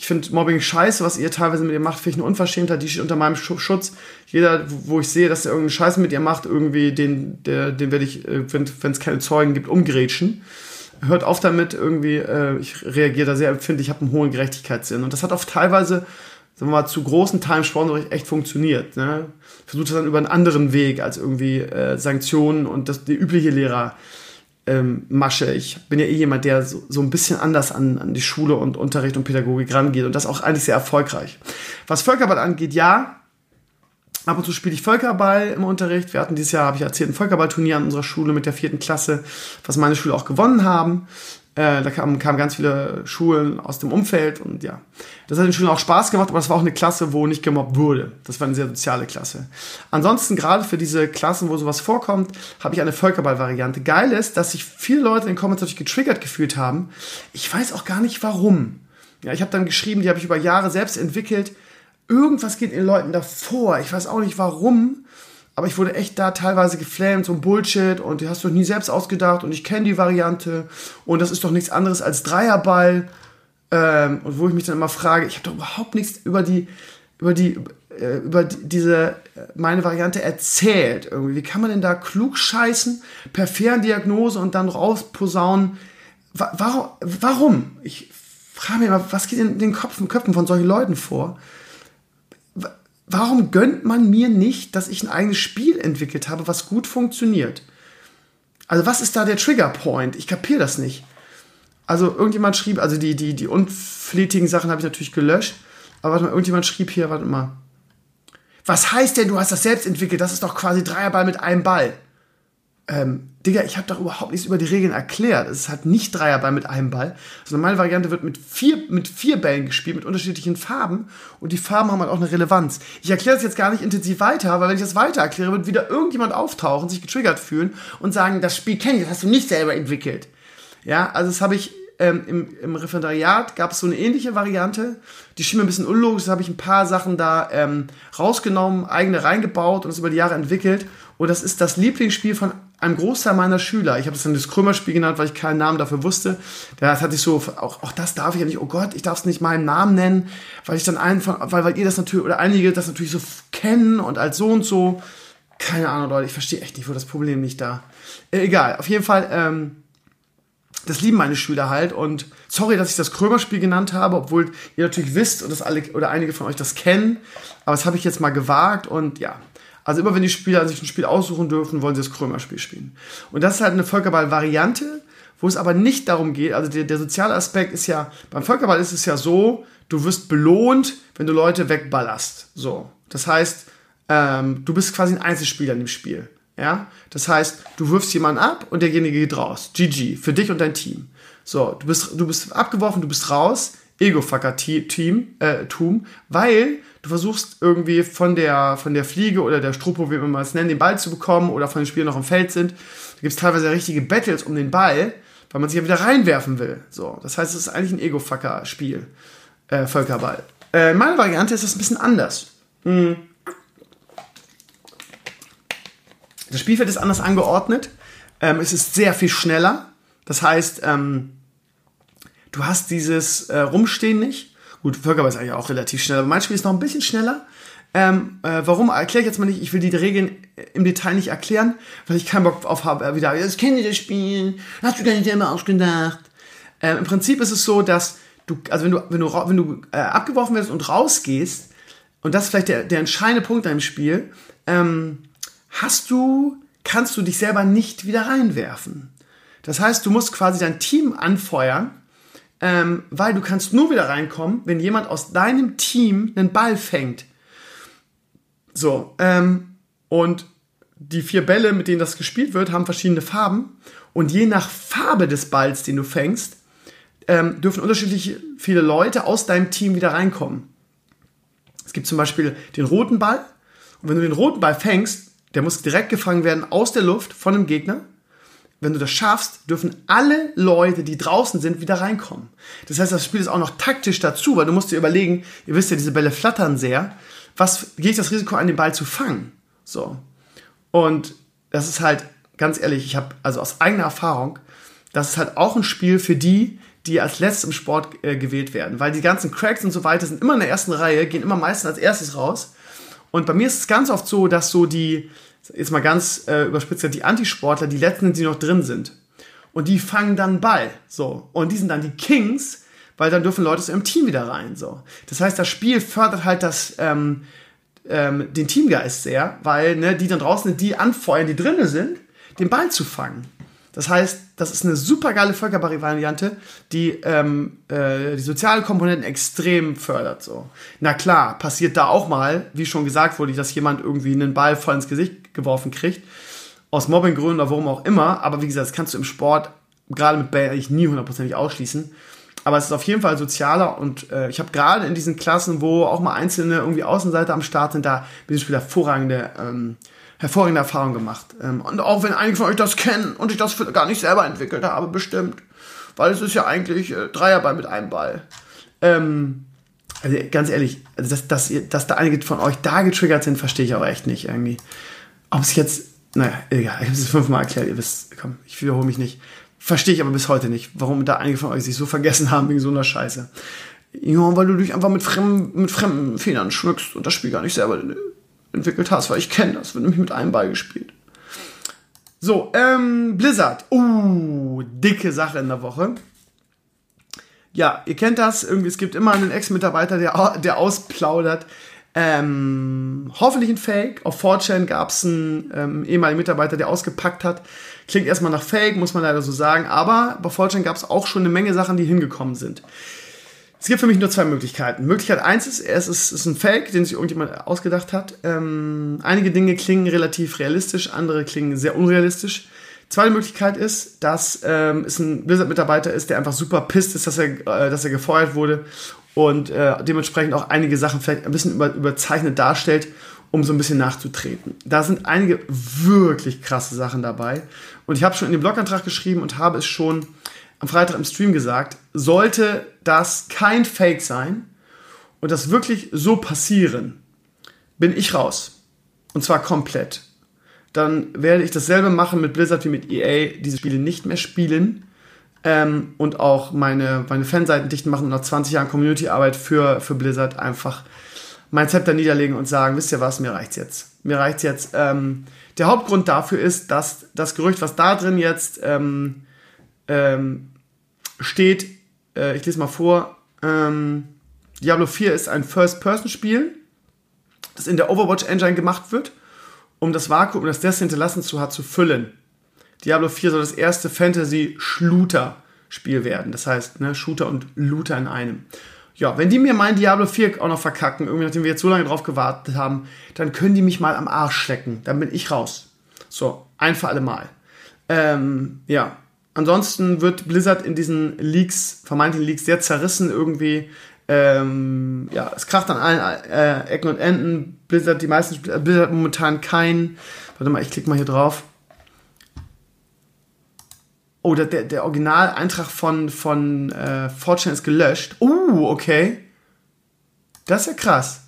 Ich finde Mobbing scheiße, was ihr teilweise mit ihr macht, finde ich eine Unverschämtheit, die steht unter meinem Schutz. Jeder, wo ich sehe, dass der irgendeinen Scheiß mit ihr macht, irgendwie, den, der, den werde ich, wenn es keine Zeugen gibt, umgrätschen. Hört auf damit, irgendwie, äh, ich reagiere da sehr empfindlich, ich habe einen hohen Gerechtigkeitssinn. Und das hat oft teilweise, sagen wir mal, zu großen Teilen im Sportunterricht echt funktioniert. Ne? Versucht das dann über einen anderen Weg als irgendwie äh, Sanktionen und das, die übliche Lehrer. Ähm, Masche. Ich bin ja eh jemand, der so, so ein bisschen anders an, an die Schule und Unterricht und Pädagogik rangeht und das auch eigentlich sehr erfolgreich. Was Völkerball angeht, ja, ab und zu spiele ich Völkerball im Unterricht. Wir hatten dieses Jahr, habe ich erzählt, ein Völkerballturnier an unserer Schule mit der vierten Klasse, was meine Schule auch gewonnen haben. Äh, da kamen, kamen ganz viele Schulen aus dem Umfeld und ja, das hat den Schulen auch Spaß gemacht, aber das war auch eine Klasse, wo nicht gemobbt wurde. Das war eine sehr soziale Klasse. Ansonsten, gerade für diese Klassen, wo sowas vorkommt, habe ich eine Völkerball-Variante. Geil ist, dass sich viele Leute in den Comments natürlich getriggert gefühlt haben. Ich weiß auch gar nicht, warum. Ja, ich habe dann geschrieben, die habe ich über Jahre selbst entwickelt. Irgendwas geht in den Leuten davor. Ich weiß auch nicht, warum. Aber ich wurde echt da teilweise geflammt, so ein Bullshit und die hast du nie selbst ausgedacht und ich kenne die Variante und das ist doch nichts anderes als Dreierball. Ähm, und wo ich mich dann immer frage, ich habe doch überhaupt nichts über die, über die, äh, über die, diese, meine Variante erzählt. Irgendwie. Wie kann man denn da klug scheißen, per Ferndiagnose und dann rausposaunen? Wa- warum? warum? Ich frage mich immer, was geht in den Köpfen, Köpfen von solchen Leuten vor? Warum gönnt man mir nicht, dass ich ein eigenes Spiel entwickelt habe, was gut funktioniert? Also was ist da der Triggerpoint? Ich kapiere das nicht. Also irgendjemand schrieb, also die, die, die unflätigen Sachen habe ich natürlich gelöscht, aber warte mal, irgendjemand schrieb hier, warte mal. Was heißt denn, du hast das selbst entwickelt? Das ist doch quasi Dreierball mit einem Ball. Ähm, Digga, ich habe doch überhaupt nichts über die Regeln erklärt. Es ist halt nicht Dreierball mit einem Ball. Also normale Variante wird mit vier, mit vier Bällen gespielt, mit unterschiedlichen Farben. Und die Farben haben halt auch eine Relevanz. Ich erkläre das jetzt gar nicht intensiv weiter, weil wenn ich das weiter erkläre, wird wieder irgendjemand auftauchen, sich getriggert fühlen und sagen, das Spiel kenne ich, das hast du nicht selber entwickelt. Ja, also das habe ich ähm, im, im Referendariat, gab es so eine ähnliche Variante. Die schien mir ein bisschen unlogisch, da habe ich ein paar Sachen da ähm, rausgenommen, eigene reingebaut und es über die Jahre entwickelt. Und das ist das Lieblingsspiel von einem Großteil meiner Schüler. Ich habe das dann das Krömer-Spiel genannt, weil ich keinen Namen dafür wusste. Das hatte ich so, auch, auch das darf ich ja nicht, oh Gott, ich darf es nicht meinen Namen nennen, weil ich dann einen von, weil, weil ihr das natürlich, oder einige das natürlich so kennen und als so und so. Keine Ahnung, Leute, ich verstehe echt nicht, wo das Problem nicht da. Äh, egal, auf jeden Fall, ähm, das lieben meine Schüler halt und sorry, dass ich das Krömer-Spiel genannt habe, obwohl ihr natürlich wisst und das alle oder einige von euch das kennen, aber das habe ich jetzt mal gewagt und ja. Also immer wenn die Spieler sich ein Spiel aussuchen dürfen, wollen sie das Krömer-Spiel spielen. Und das ist halt eine Völkerball-Variante, wo es aber nicht darum geht, also der, der soziale Aspekt ist ja, beim Völkerball ist es ja so, du wirst belohnt, wenn du Leute wegballerst. So, das heißt, ähm, du bist quasi ein Einzelspieler in dem Spiel. Ja, das heißt, du wirfst jemanden ab und derjenige geht raus. G G, für dich und dein Team. So, du bist, du bist abgeworfen, du bist raus. Ego-Fucker-Team, äh, Tum, weil du versuchst irgendwie von der, von der Fliege oder der Struppo, wie man es nennt, den Ball zu bekommen oder von den Spielern noch im Feld sind. Da gibt es teilweise richtige Battles um den Ball, weil man sich ja wieder reinwerfen will. So, das heißt, es ist eigentlich ein Ego-Fucker-Spiel, äh, Völkerball. Äh, meine Variante ist das ein bisschen anders. Hm. Das Spielfeld ist anders angeordnet. Ähm, es ist sehr viel schneller. Das heißt, ähm, du hast dieses äh, Rumstehen nicht. Gut, Völkerball ist eigentlich auch relativ schnell, aber mein Spiel ist noch ein bisschen schneller. Ähm, äh, warum, erkläre ich jetzt mal nicht. Ich will die Regeln im Detail nicht erklären, weil ich keinen Bock auf habe. Äh, wieder, das kenne ich das Spiel, hast du gar nicht selber ausgedacht. Ähm, Im Prinzip ist es so, dass du, also wenn du, wenn du, wenn du äh, abgeworfen wirst und rausgehst, und das ist vielleicht der, der entscheidende Punkt in deinem Spiel, ähm, hast du, kannst du dich selber nicht wieder reinwerfen. Das heißt, du musst quasi dein Team anfeuern, ähm, weil du kannst nur wieder reinkommen, wenn jemand aus deinem Team einen Ball fängt. So, ähm, und die vier Bälle, mit denen das gespielt wird, haben verschiedene Farben und je nach Farbe des Balls, den du fängst, ähm, dürfen unterschiedlich viele Leute aus deinem Team wieder reinkommen. Es gibt zum Beispiel den roten Ball und wenn du den roten Ball fängst, der muss direkt gefangen werden aus der Luft von einem Gegner. Wenn du das schaffst, dürfen alle Leute, die draußen sind, wieder reinkommen. Das heißt, das Spiel ist auch noch taktisch dazu, weil du musst dir überlegen, ihr wisst ja, diese Bälle flattern sehr. Was gehe ich das Risiko an, den Ball zu fangen? So. Und das ist halt, ganz ehrlich, ich habe, also aus eigener Erfahrung, das ist halt auch ein Spiel für die, die als letztes im Sport äh, gewählt werden. Weil die ganzen Cracks und so weiter sind immer in der ersten Reihe, gehen immer meistens als erstes raus. Und bei mir ist es ganz oft so, dass so die, jetzt mal ganz äh, überspitzt, die Antisportler, die letzten sind, die noch drin sind. Und die fangen dann Ball. So. Und die sind dann die Kings, weil dann dürfen Leute so im Team wieder rein. So. Das heißt, das Spiel fördert halt das, ähm, ähm, den Teamgeist sehr, weil ne, die dann draußen, die anfeuern, die drinnen sind, den Ball zu fangen. Das heißt, das ist eine super geile Völkerball-Variante, die ähm, äh, die soziale Komponenten extrem fördert. So. Na klar, passiert da auch mal, wie schon gesagt wurde, dass jemand irgendwie einen Ball voll ins Gesicht geworfen kriegt, aus Mobbinggründen oder warum auch immer. Aber wie gesagt, das kannst du im Sport, gerade mit Bällen, eigentlich nie hundertprozentig ausschließen. Aber es ist auf jeden Fall sozialer und äh, ich habe gerade in diesen Klassen, wo auch mal einzelne irgendwie Außenseiter am Start sind, da bin ich wieder hervorragende ähm, hervorragende Erfahrung gemacht. Ähm, und auch wenn einige von euch das kennen und ich das gar nicht selber entwickelt habe, bestimmt. Weil es ist ja eigentlich äh, Dreierball mit einem Ball. Ähm, also ganz ehrlich, also dass, dass, ihr, dass da einige von euch da getriggert sind, verstehe ich aber echt nicht irgendwie. Ob es jetzt, naja, egal, ich habe es fünfmal erklärt, ihr wisst, komm, ich wiederhole mich nicht. Verstehe ich aber bis heute nicht, warum da einige von euch sich so vergessen haben wegen so einer Scheiße. Ja, weil du dich einfach mit fremden, mit fremden Federn schmückst und das Spiel gar nicht selber entwickelt hast, weil ich kenne das, wird nämlich mit einem Ball gespielt. So, ähm, Blizzard. Uh, dicke Sache in der Woche. Ja, ihr kennt das, irgendwie, es gibt immer einen Ex-Mitarbeiter, der, der ausplaudert. Ähm, hoffentlich ein Fake. Auf four chan gab es einen ähm, ehemaligen Mitarbeiter, der ausgepackt hat. Klingt erstmal nach Fake, muss man leider so sagen, aber bei four chan gab es auch schon eine Menge Sachen, die hingekommen sind. Es gibt für mich nur zwei Möglichkeiten. Möglichkeit eins ist, es ist, ist ein Fake, den sich irgendjemand ausgedacht hat. Ähm, einige Dinge klingen relativ realistisch, andere klingen sehr unrealistisch. Zweite Möglichkeit ist, dass ähm, es ein Blizzard-Mitarbeiter ist, der einfach super pisst ist, dass er, äh, dass er gefeuert wurde und äh, dementsprechend auch einige Sachen vielleicht ein bisschen über, überzeichnet darstellt, um so ein bisschen nachzutreten. Da sind einige wirklich krasse Sachen dabei. Und ich habe schon in den Blogantrag geschrieben und habe es schon am Freitag im Stream gesagt, sollte das kein Fake sein und das wirklich so passieren, bin ich raus. Und zwar komplett. Dann werde ich dasselbe machen mit Blizzard wie mit E A, diese Spiele nicht mehr spielen ähm, und auch meine, meine Fanseiten dicht machen und nach zwanzig Jahren Community-Arbeit für, für Blizzard einfach mein Zepter niederlegen und sagen, wisst ihr was, mir reicht's jetzt. Mir reicht's jetzt. Ähm, der Hauptgrund dafür ist, dass das Gerücht, was da drin jetzt ähm, ähm, steht, äh, ich lese mal vor, ähm, Diablo vier ist ein First-Person-Spiel, das in der Overwatch-Engine gemacht wird, um das Vakuum, das das hinterlassen zu hat, zu füllen. Diablo vier soll das erste Fantasy-Shooter-Spiel werden, das heißt, ne, Shooter und Looter in einem. Ja, wenn die mir meinen Diablo vier auch noch verkacken, irgendwie nachdem wir jetzt so lange drauf gewartet haben, dann können die mich mal am Arsch schlecken, dann bin ich raus. So, ein für alle Mal. Ähm, ja, ansonsten wird Blizzard in diesen Leaks, vermeintlichen Leaks, sehr zerrissen irgendwie. Ähm, ja, es kracht an allen äh, Ecken und Enden. Blizzard, die meisten Spiele, Blizzard momentan kein. Warte mal, ich klicke mal hier drauf. Oh, der, der, der Original-Eintrag von, von äh, four chan ist gelöscht. Uh, okay. Das ist ja krass.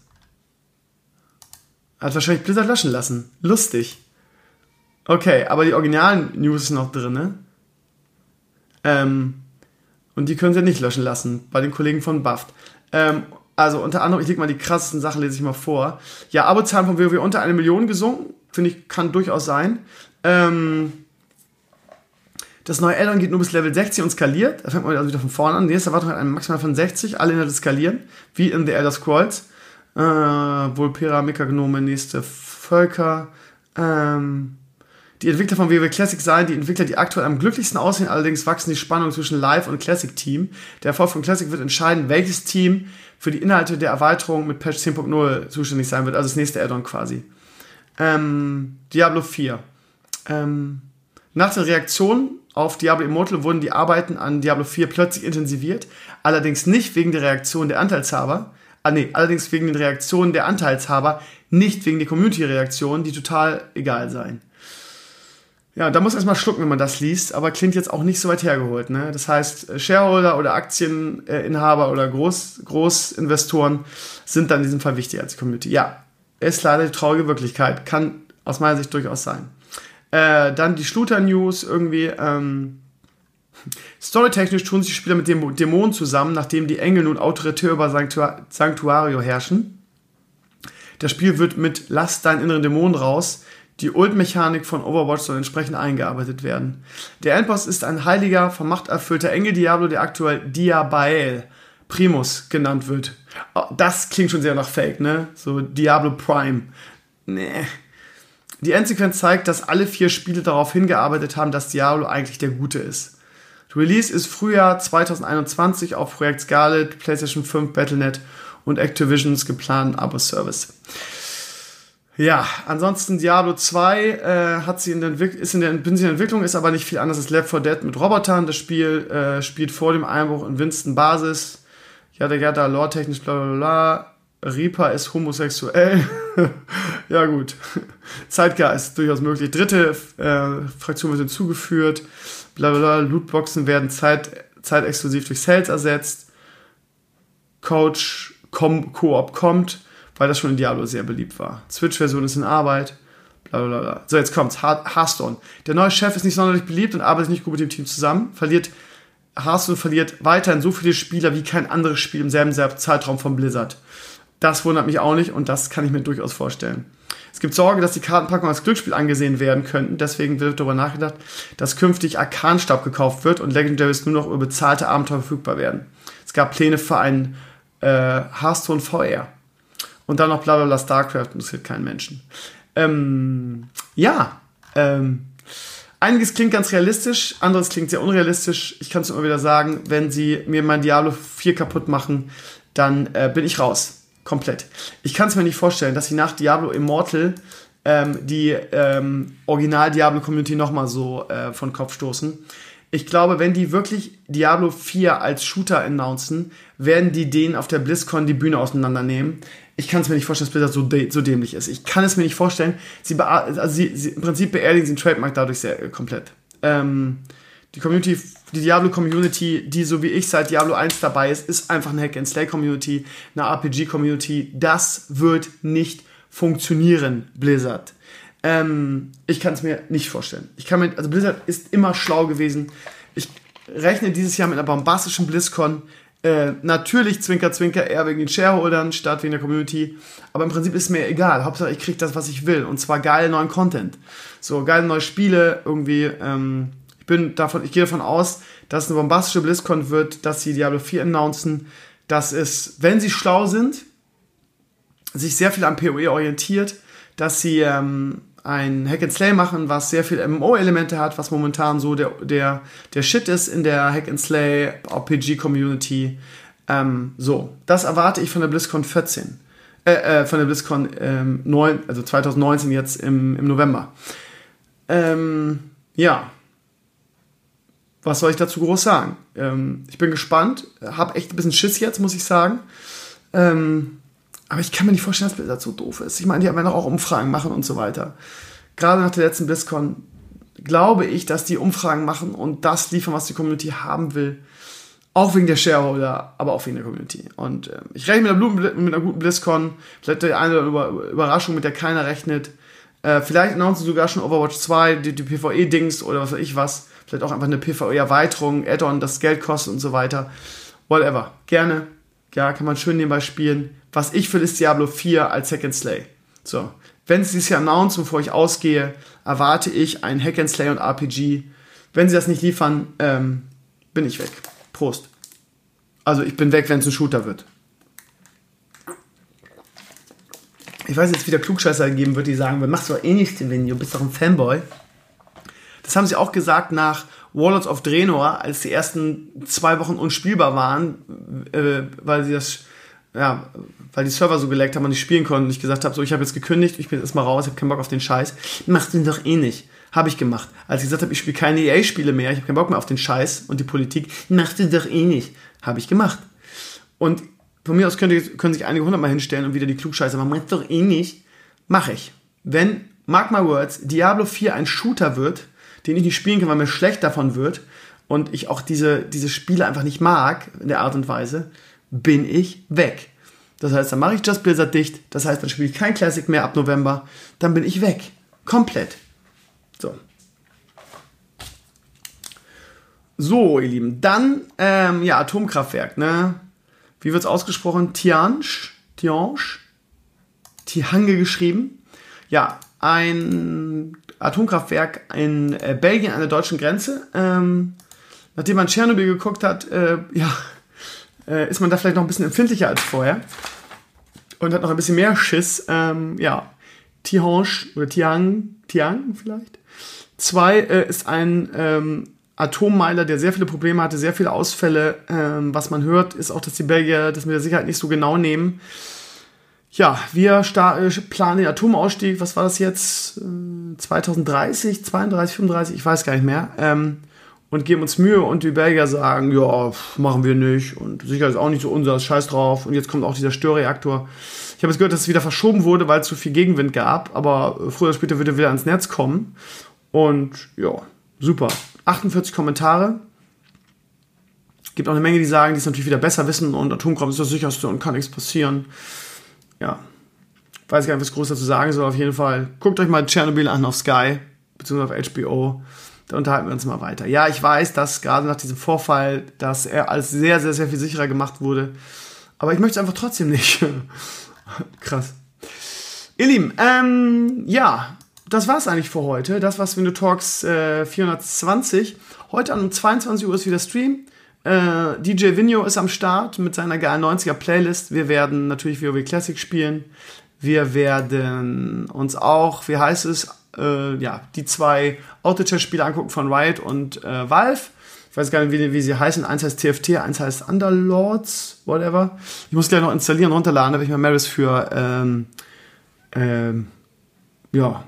Hat wahrscheinlich Blizzard löschen lassen. Lustig. Okay, aber die Original-News ist noch drin, ne? Ähm, und die können sie nicht löschen lassen, bei den Kollegen von Buffed. Ähm, also unter anderem, ich lege mal die krassesten Sachen, lese ich mal vor. Ja, Abozahlen von WoW unter eine Million gesunken, finde ich, kann durchaus sein. Ähm, das neue Add-on geht nur bis Level sechzig und skaliert. Da fängt man also wieder von vorne an. Die nächste Erwartung hat einen Maximal von sechzig, alle Inhalte skalieren, wie in The Elder Scrolls. Äh, Volpera, Mecha-Gnome, nächste Völker. Ähm... Die Entwickler von WoW Classic seien die Entwickler, die aktuell am glücklichsten aussehen, allerdings wachsen die Spannungen zwischen Live- und Classic-Team. Der Erfolg von Classic wird entscheiden, welches Team für die Inhalte der Erweiterung mit Patch zehn Punkt null zuständig sein wird, also das nächste Add-on quasi. Ähm, Diablo vier. Ähm, nach der Reaktion auf Diablo Immortal wurden die Arbeiten an Diablo vier plötzlich intensiviert, allerdings nicht wegen der Reaktion der Anteilshaber, ah nee, allerdings wegen den Reaktionen der Anteilshaber, nicht wegen der Community-Reaktionen, die total egal seien. Ja, da muss man erstmal schlucken, wenn man das liest, aber klingt jetzt auch nicht so weit hergeholt, ne? Das heißt, Shareholder oder Aktieninhaber oder Groß, Großinvestoren sind dann in diesem Fall wichtiger als die Community. Ja, ist leider die traurige Wirklichkeit, kann aus meiner Sicht durchaus sein. Äh, dann die Shooter-News irgendwie, ähm, Storytechnisch tun sich die Spieler mit dem Dämonen zusammen, nachdem die Engel nun autoritär über Sanctua- Sanctuario herrschen. Das Spiel wird mit Lass deinen inneren Dämonen raus. Die Ult-Mechanik von Overwatch soll entsprechend eingearbeitet werden. Der Endboss ist ein heiliger, von Macht erfüllter Engel-Diablo, der aktuell Diabael Primus genannt wird. Das klingt schon sehr nach Fake, ne? So Diablo Prime. Nee. Die Endsequenz zeigt, dass alle vier Spiele darauf hingearbeitet haben, dass Diablo eigentlich der Gute ist. Release ist Frühjahr zwanzig einundzwanzig auf Projekt Scarlet, PlayStation fünf, Battle Punkt net und Activisions geplanten Abo-Service. Ja, ansonsten Diablo zwei äh, hat sie in der Entwick- ist in der, in der Entwicklung, ist aber nicht viel anders als Left four Dead mit Robotern. Das Spiel äh, spielt vor dem Einbruch in Winston Basis. Jada jada, lore-technisch, bla bla bla. Reaper ist homosexuell. Ja gut. Zeitgeist, durchaus möglich. Dritte äh, Fraktion wird hinzugeführt. Blablabla. Lootboxen werden zeit, zeitexklusiv durch Sales ersetzt. Coach Com- Koop kommt, weil das schon in Diablo sehr beliebt war. Switch-Version ist in Arbeit. Blablabla. So, jetzt kommt's. Hearthstone. Der neue Chef ist nicht sonderlich beliebt und arbeitet nicht gut mit dem Team zusammen. Verliert Hearthstone verliert weiterhin so viele Spieler wie kein anderes Spiel im selben Zeitraum von Blizzard. Das wundert mich auch nicht und das kann ich mir durchaus vorstellen. Es gibt Sorge, dass die Kartenpackungen als Glücksspiel angesehen werden könnten. Deswegen wird darüber nachgedacht, dass künftig Arkanstab gekauft wird und Legendaries nur noch über bezahlte Abenteuer verfügbar werden. Es gab Pläne für einen äh, Hearthstone V R. Und dann noch blablabla StarCraft, interessiert keinen Menschen. Ähm, ja, ähm, einiges klingt ganz realistisch, anderes klingt sehr unrealistisch. Ich kann es immer wieder sagen, wenn sie mir mein Diablo vier kaputt machen, dann äh, bin ich raus. Komplett. Ich kann es mir nicht vorstellen, dass sie nach Diablo Immortal ähm, die ähm, Original-Diablo-Community nochmal so äh, von Kopf stoßen. Ich glaube, wenn die wirklich Diablo vier als Shooter announcen, werden die denen auf der BlizzCon die Bühne auseinandernehmen. Ich kann es mir nicht vorstellen, dass Blizzard so, de- so dämlich ist. Ich kann es mir nicht vorstellen. Sie, bea- also sie, sie im Prinzip beerdigen sie den Trademark dadurch sehr äh, komplett. Ähm, die Community, die Diablo-Community, die so wie ich seit Diablo eins dabei ist, ist einfach eine Hack-and-Slay-Community, eine R P G-Community. Das wird nicht funktionieren, Blizzard. Ähm, ich kann es mir nicht vorstellen. Ich kann mir, also Blizzard ist immer schlau gewesen. Ich rechne dieses Jahr mit einer bombastischen BlizzCon. Äh, natürlich Zwinker, Zwinker eher wegen den Shareholdern statt wegen der Community. Aber im Prinzip ist mir egal. Hauptsache, ich kriege das, was ich will. Und zwar geile neuen Content. So, geile neue Spiele irgendwie. Ähm, ich bin davon, ich gehe davon aus, dass es eine bombastische BlizzCon wird, dass sie Diablo vier announcen. Dass es, wenn sie schlau sind, sich sehr viel am P O E orientiert, dass sie ähm, ein Hack-and-Slay machen, was sehr viel M M O-Elemente hat, was momentan so der, der, der Shit ist in der Hack-and-Slay R P G-Community. Ähm, so, das erwarte ich von der BlizzCon vierzehn. Äh, äh, von der BlizzCon ähm, neun, also zwanzig neunzehn jetzt im, im November. Ähm, ja. Was soll ich dazu groß sagen? Ähm, ich bin gespannt, habe echt ein bisschen Schiss jetzt, muss ich sagen. Ähm, aber ich kann mir nicht vorstellen, dass Blizzard so doof ist. Ich meine, die werden auch Umfragen machen und so weiter. Gerade nach der letzten BlizzCon glaube ich, dass die Umfragen machen und das liefern, was die Community haben will. Auch wegen der Shareholder, aber auch wegen der Community. Und äh, ich rechne mit einer, Blut- mit einer guten BlizzCon. Vielleicht eine Über- Überraschung, mit der keiner rechnet. Äh, vielleicht announcen sogar schon Overwatch zwei, die, die PvE-Dings oder was weiß ich was. Vielleicht auch einfach eine PvE-Erweiterung, Add-on, das Geld kostet und so weiter. Whatever. Gerne. Ja, kann man schön nebenbei spielen. Was ich will, ist Diablo vier als Hack-and-Slay. So. Wenn sie es hier announcen, bevor ich ausgehe, erwarte ich ein Hack-and-Slay und R P G. Wenn sie das nicht liefern, ähm, bin ich weg. Prost. Also ich bin weg, wenn es ein Shooter wird. Ich weiß jetzt, wie der Klugscheißer geben wird, die sagen, machst du doch eh nichts, wenn du bist doch ein Fanboy. Das haben sie auch gesagt nach Warlords of Draenor, als die ersten zwei Wochen unspielbar waren, äh, weil sie das, ja, weil die Server so geleckt haben und nicht spielen konnten. Und ich gesagt habe, so, ich habe jetzt gekündigt, ich bin jetzt mal raus, ich habe keinen Bock auf den Scheiß. Machst du den doch eh nicht. Habe ich gemacht. Als ich gesagt habe, ich spiele keine E A-Spiele mehr, ich habe keinen Bock mehr auf den Scheiß und die Politik, machst du doch eh nicht. Habe ich gemacht. Und von mir aus können, können sich einige hundertmal hinstellen und wieder die Klugscheiße machen, machst du doch eh nicht. Mache ich. Wenn, mark my words, Diablo vier ein Shooter wird, den ich nicht spielen kann, weil mir schlecht davon wird und ich auch diese, diese Spiele einfach nicht mag, in der Art und Weise, bin ich weg. Das heißt, dann mache ich Just Blizzard dicht, das heißt, dann spiele ich kein Classic mehr ab November, dann bin ich weg. Komplett. So. So, ihr Lieben, dann, ähm, ja, Atomkraftwerk, ne? Wie wird's ausgesprochen? Tihange? Tihange? Tihange geschrieben. Ja, ein Atomkraftwerk in äh, Belgien an der deutschen Grenze. Ähm, nachdem man Tschernobyl geguckt hat, äh, ja, äh, ist man da vielleicht noch ein bisschen empfindlicher als vorher. Und hat noch ein bisschen mehr Schiss. Ähm, ja, Tihange oder Tihange, Tihange vielleicht. Zwei äh, ist ein ähm, Atommeiler, der sehr viele Probleme hatte, sehr viele Ausfälle. Ähm, was man hört, ist auch, dass die Belgier das mit der Sicherheit nicht so genau nehmen. Ja, wir sta- äh, planen den Atomausstieg, was war das jetzt? Äh, zwanzig dreißig, zweiunddreißig, fünfunddreißig, ich weiß gar nicht mehr. Ähm, und geben uns Mühe und die Belgier sagen, ja, pff, machen wir nicht. Und Sicherheit ist auch nicht so unser, scheiß drauf. Und jetzt kommt auch dieser Störreaktor. Ich habe jetzt gehört, dass es wieder verschoben wurde, weil es zu viel Gegenwind gab. Aber früher oder später wird er wieder ans Netz kommen. Und ja, super. achtundvierzig Kommentare. Gibt auch eine Menge, die sagen, die es natürlich wieder besser wissen und Atomkraft ist das sicherste und kann nichts passieren. Ja, weiß gar nicht, was groß dazu sagen soll. Auf jeden Fall, guckt euch mal Tschernobyl an auf Sky, beziehungsweise auf H B O. Da unterhalten wir uns mal weiter. Ja, ich weiß, dass gerade nach diesem Vorfall, dass er alles sehr, sehr, sehr viel sicherer gemacht wurde. Aber ich möchte es einfach trotzdem nicht. Krass. Ihr Lieben, ähm, ja, das war's eigentlich für heute. Das war Swindow Talks äh, vierhundertzwanzig. Heute um zweiundzwanzig Uhr ist wieder Stream. Äh, D J Vinyo ist am Start mit seiner geilen neunziger Playlist. Wir werden natürlich WoW Classic spielen. Wir werden uns auch, wie heißt es, äh, ja, die zwei Auto-Chess-Spiele angucken von Riot und äh, Valve. Ich weiß gar nicht, wie, wie sie heißen. Eins heißt T F T, eins heißt Underlords, whatever. Ich muss gleich noch installieren und runterladen, da werde ich mal Maris für, ähm, ähm, ja,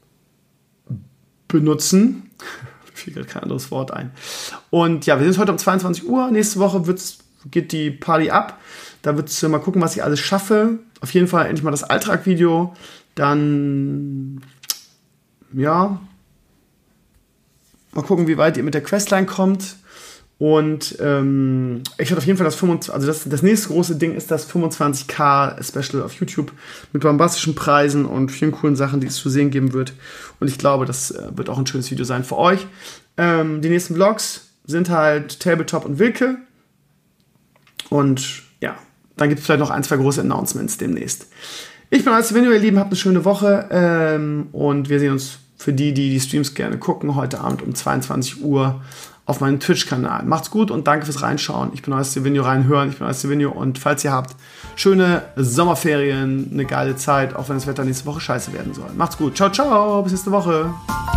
benutzen. Mir fiel gerade kein anderes Wort ein. Und ja, wir sind heute um zweiundzwanzig Uhr. Nächste Woche wird's, geht die Party ab. Da wird es mal gucken, was ich alles schaffe. Auf jeden Fall endlich mal das Alltag-Video. Dann, ja, mal gucken, wie weit ihr mit der Questline kommt. Und ähm, ich werde auf jeden Fall das fünfundzwanzig, also das, das nächste große Ding ist das fünfundzwanzig K Special auf YouTube mit bombastischen Preisen und vielen coolen Sachen, die es zu sehen geben wird. Und ich glaube, das äh, wird auch ein schönes Video sein für euch. Ähm, die nächsten Vlogs sind halt Tabletop und Wilke. Und ja, dann gibt es vielleicht noch ein, zwei große Announcements demnächst. Ich bin Alex Vinyo, ihr Lieben, habt eine schöne Woche. Ähm, und wir sehen uns für die, die die Streams gerne gucken, heute Abend um zweiundzwanzig Uhr auf meinem Twitch-Kanal. Macht's gut und danke fürs Reinschauen. Ich bin Alex Vinyo, reinhören. Ich bin Alex Vinyo und falls ihr habt, schöne Sommerferien, eine geile Zeit, auch wenn das Wetter nächste Woche scheiße werden soll. Macht's gut. Ciao, ciao. Bis nächste Woche.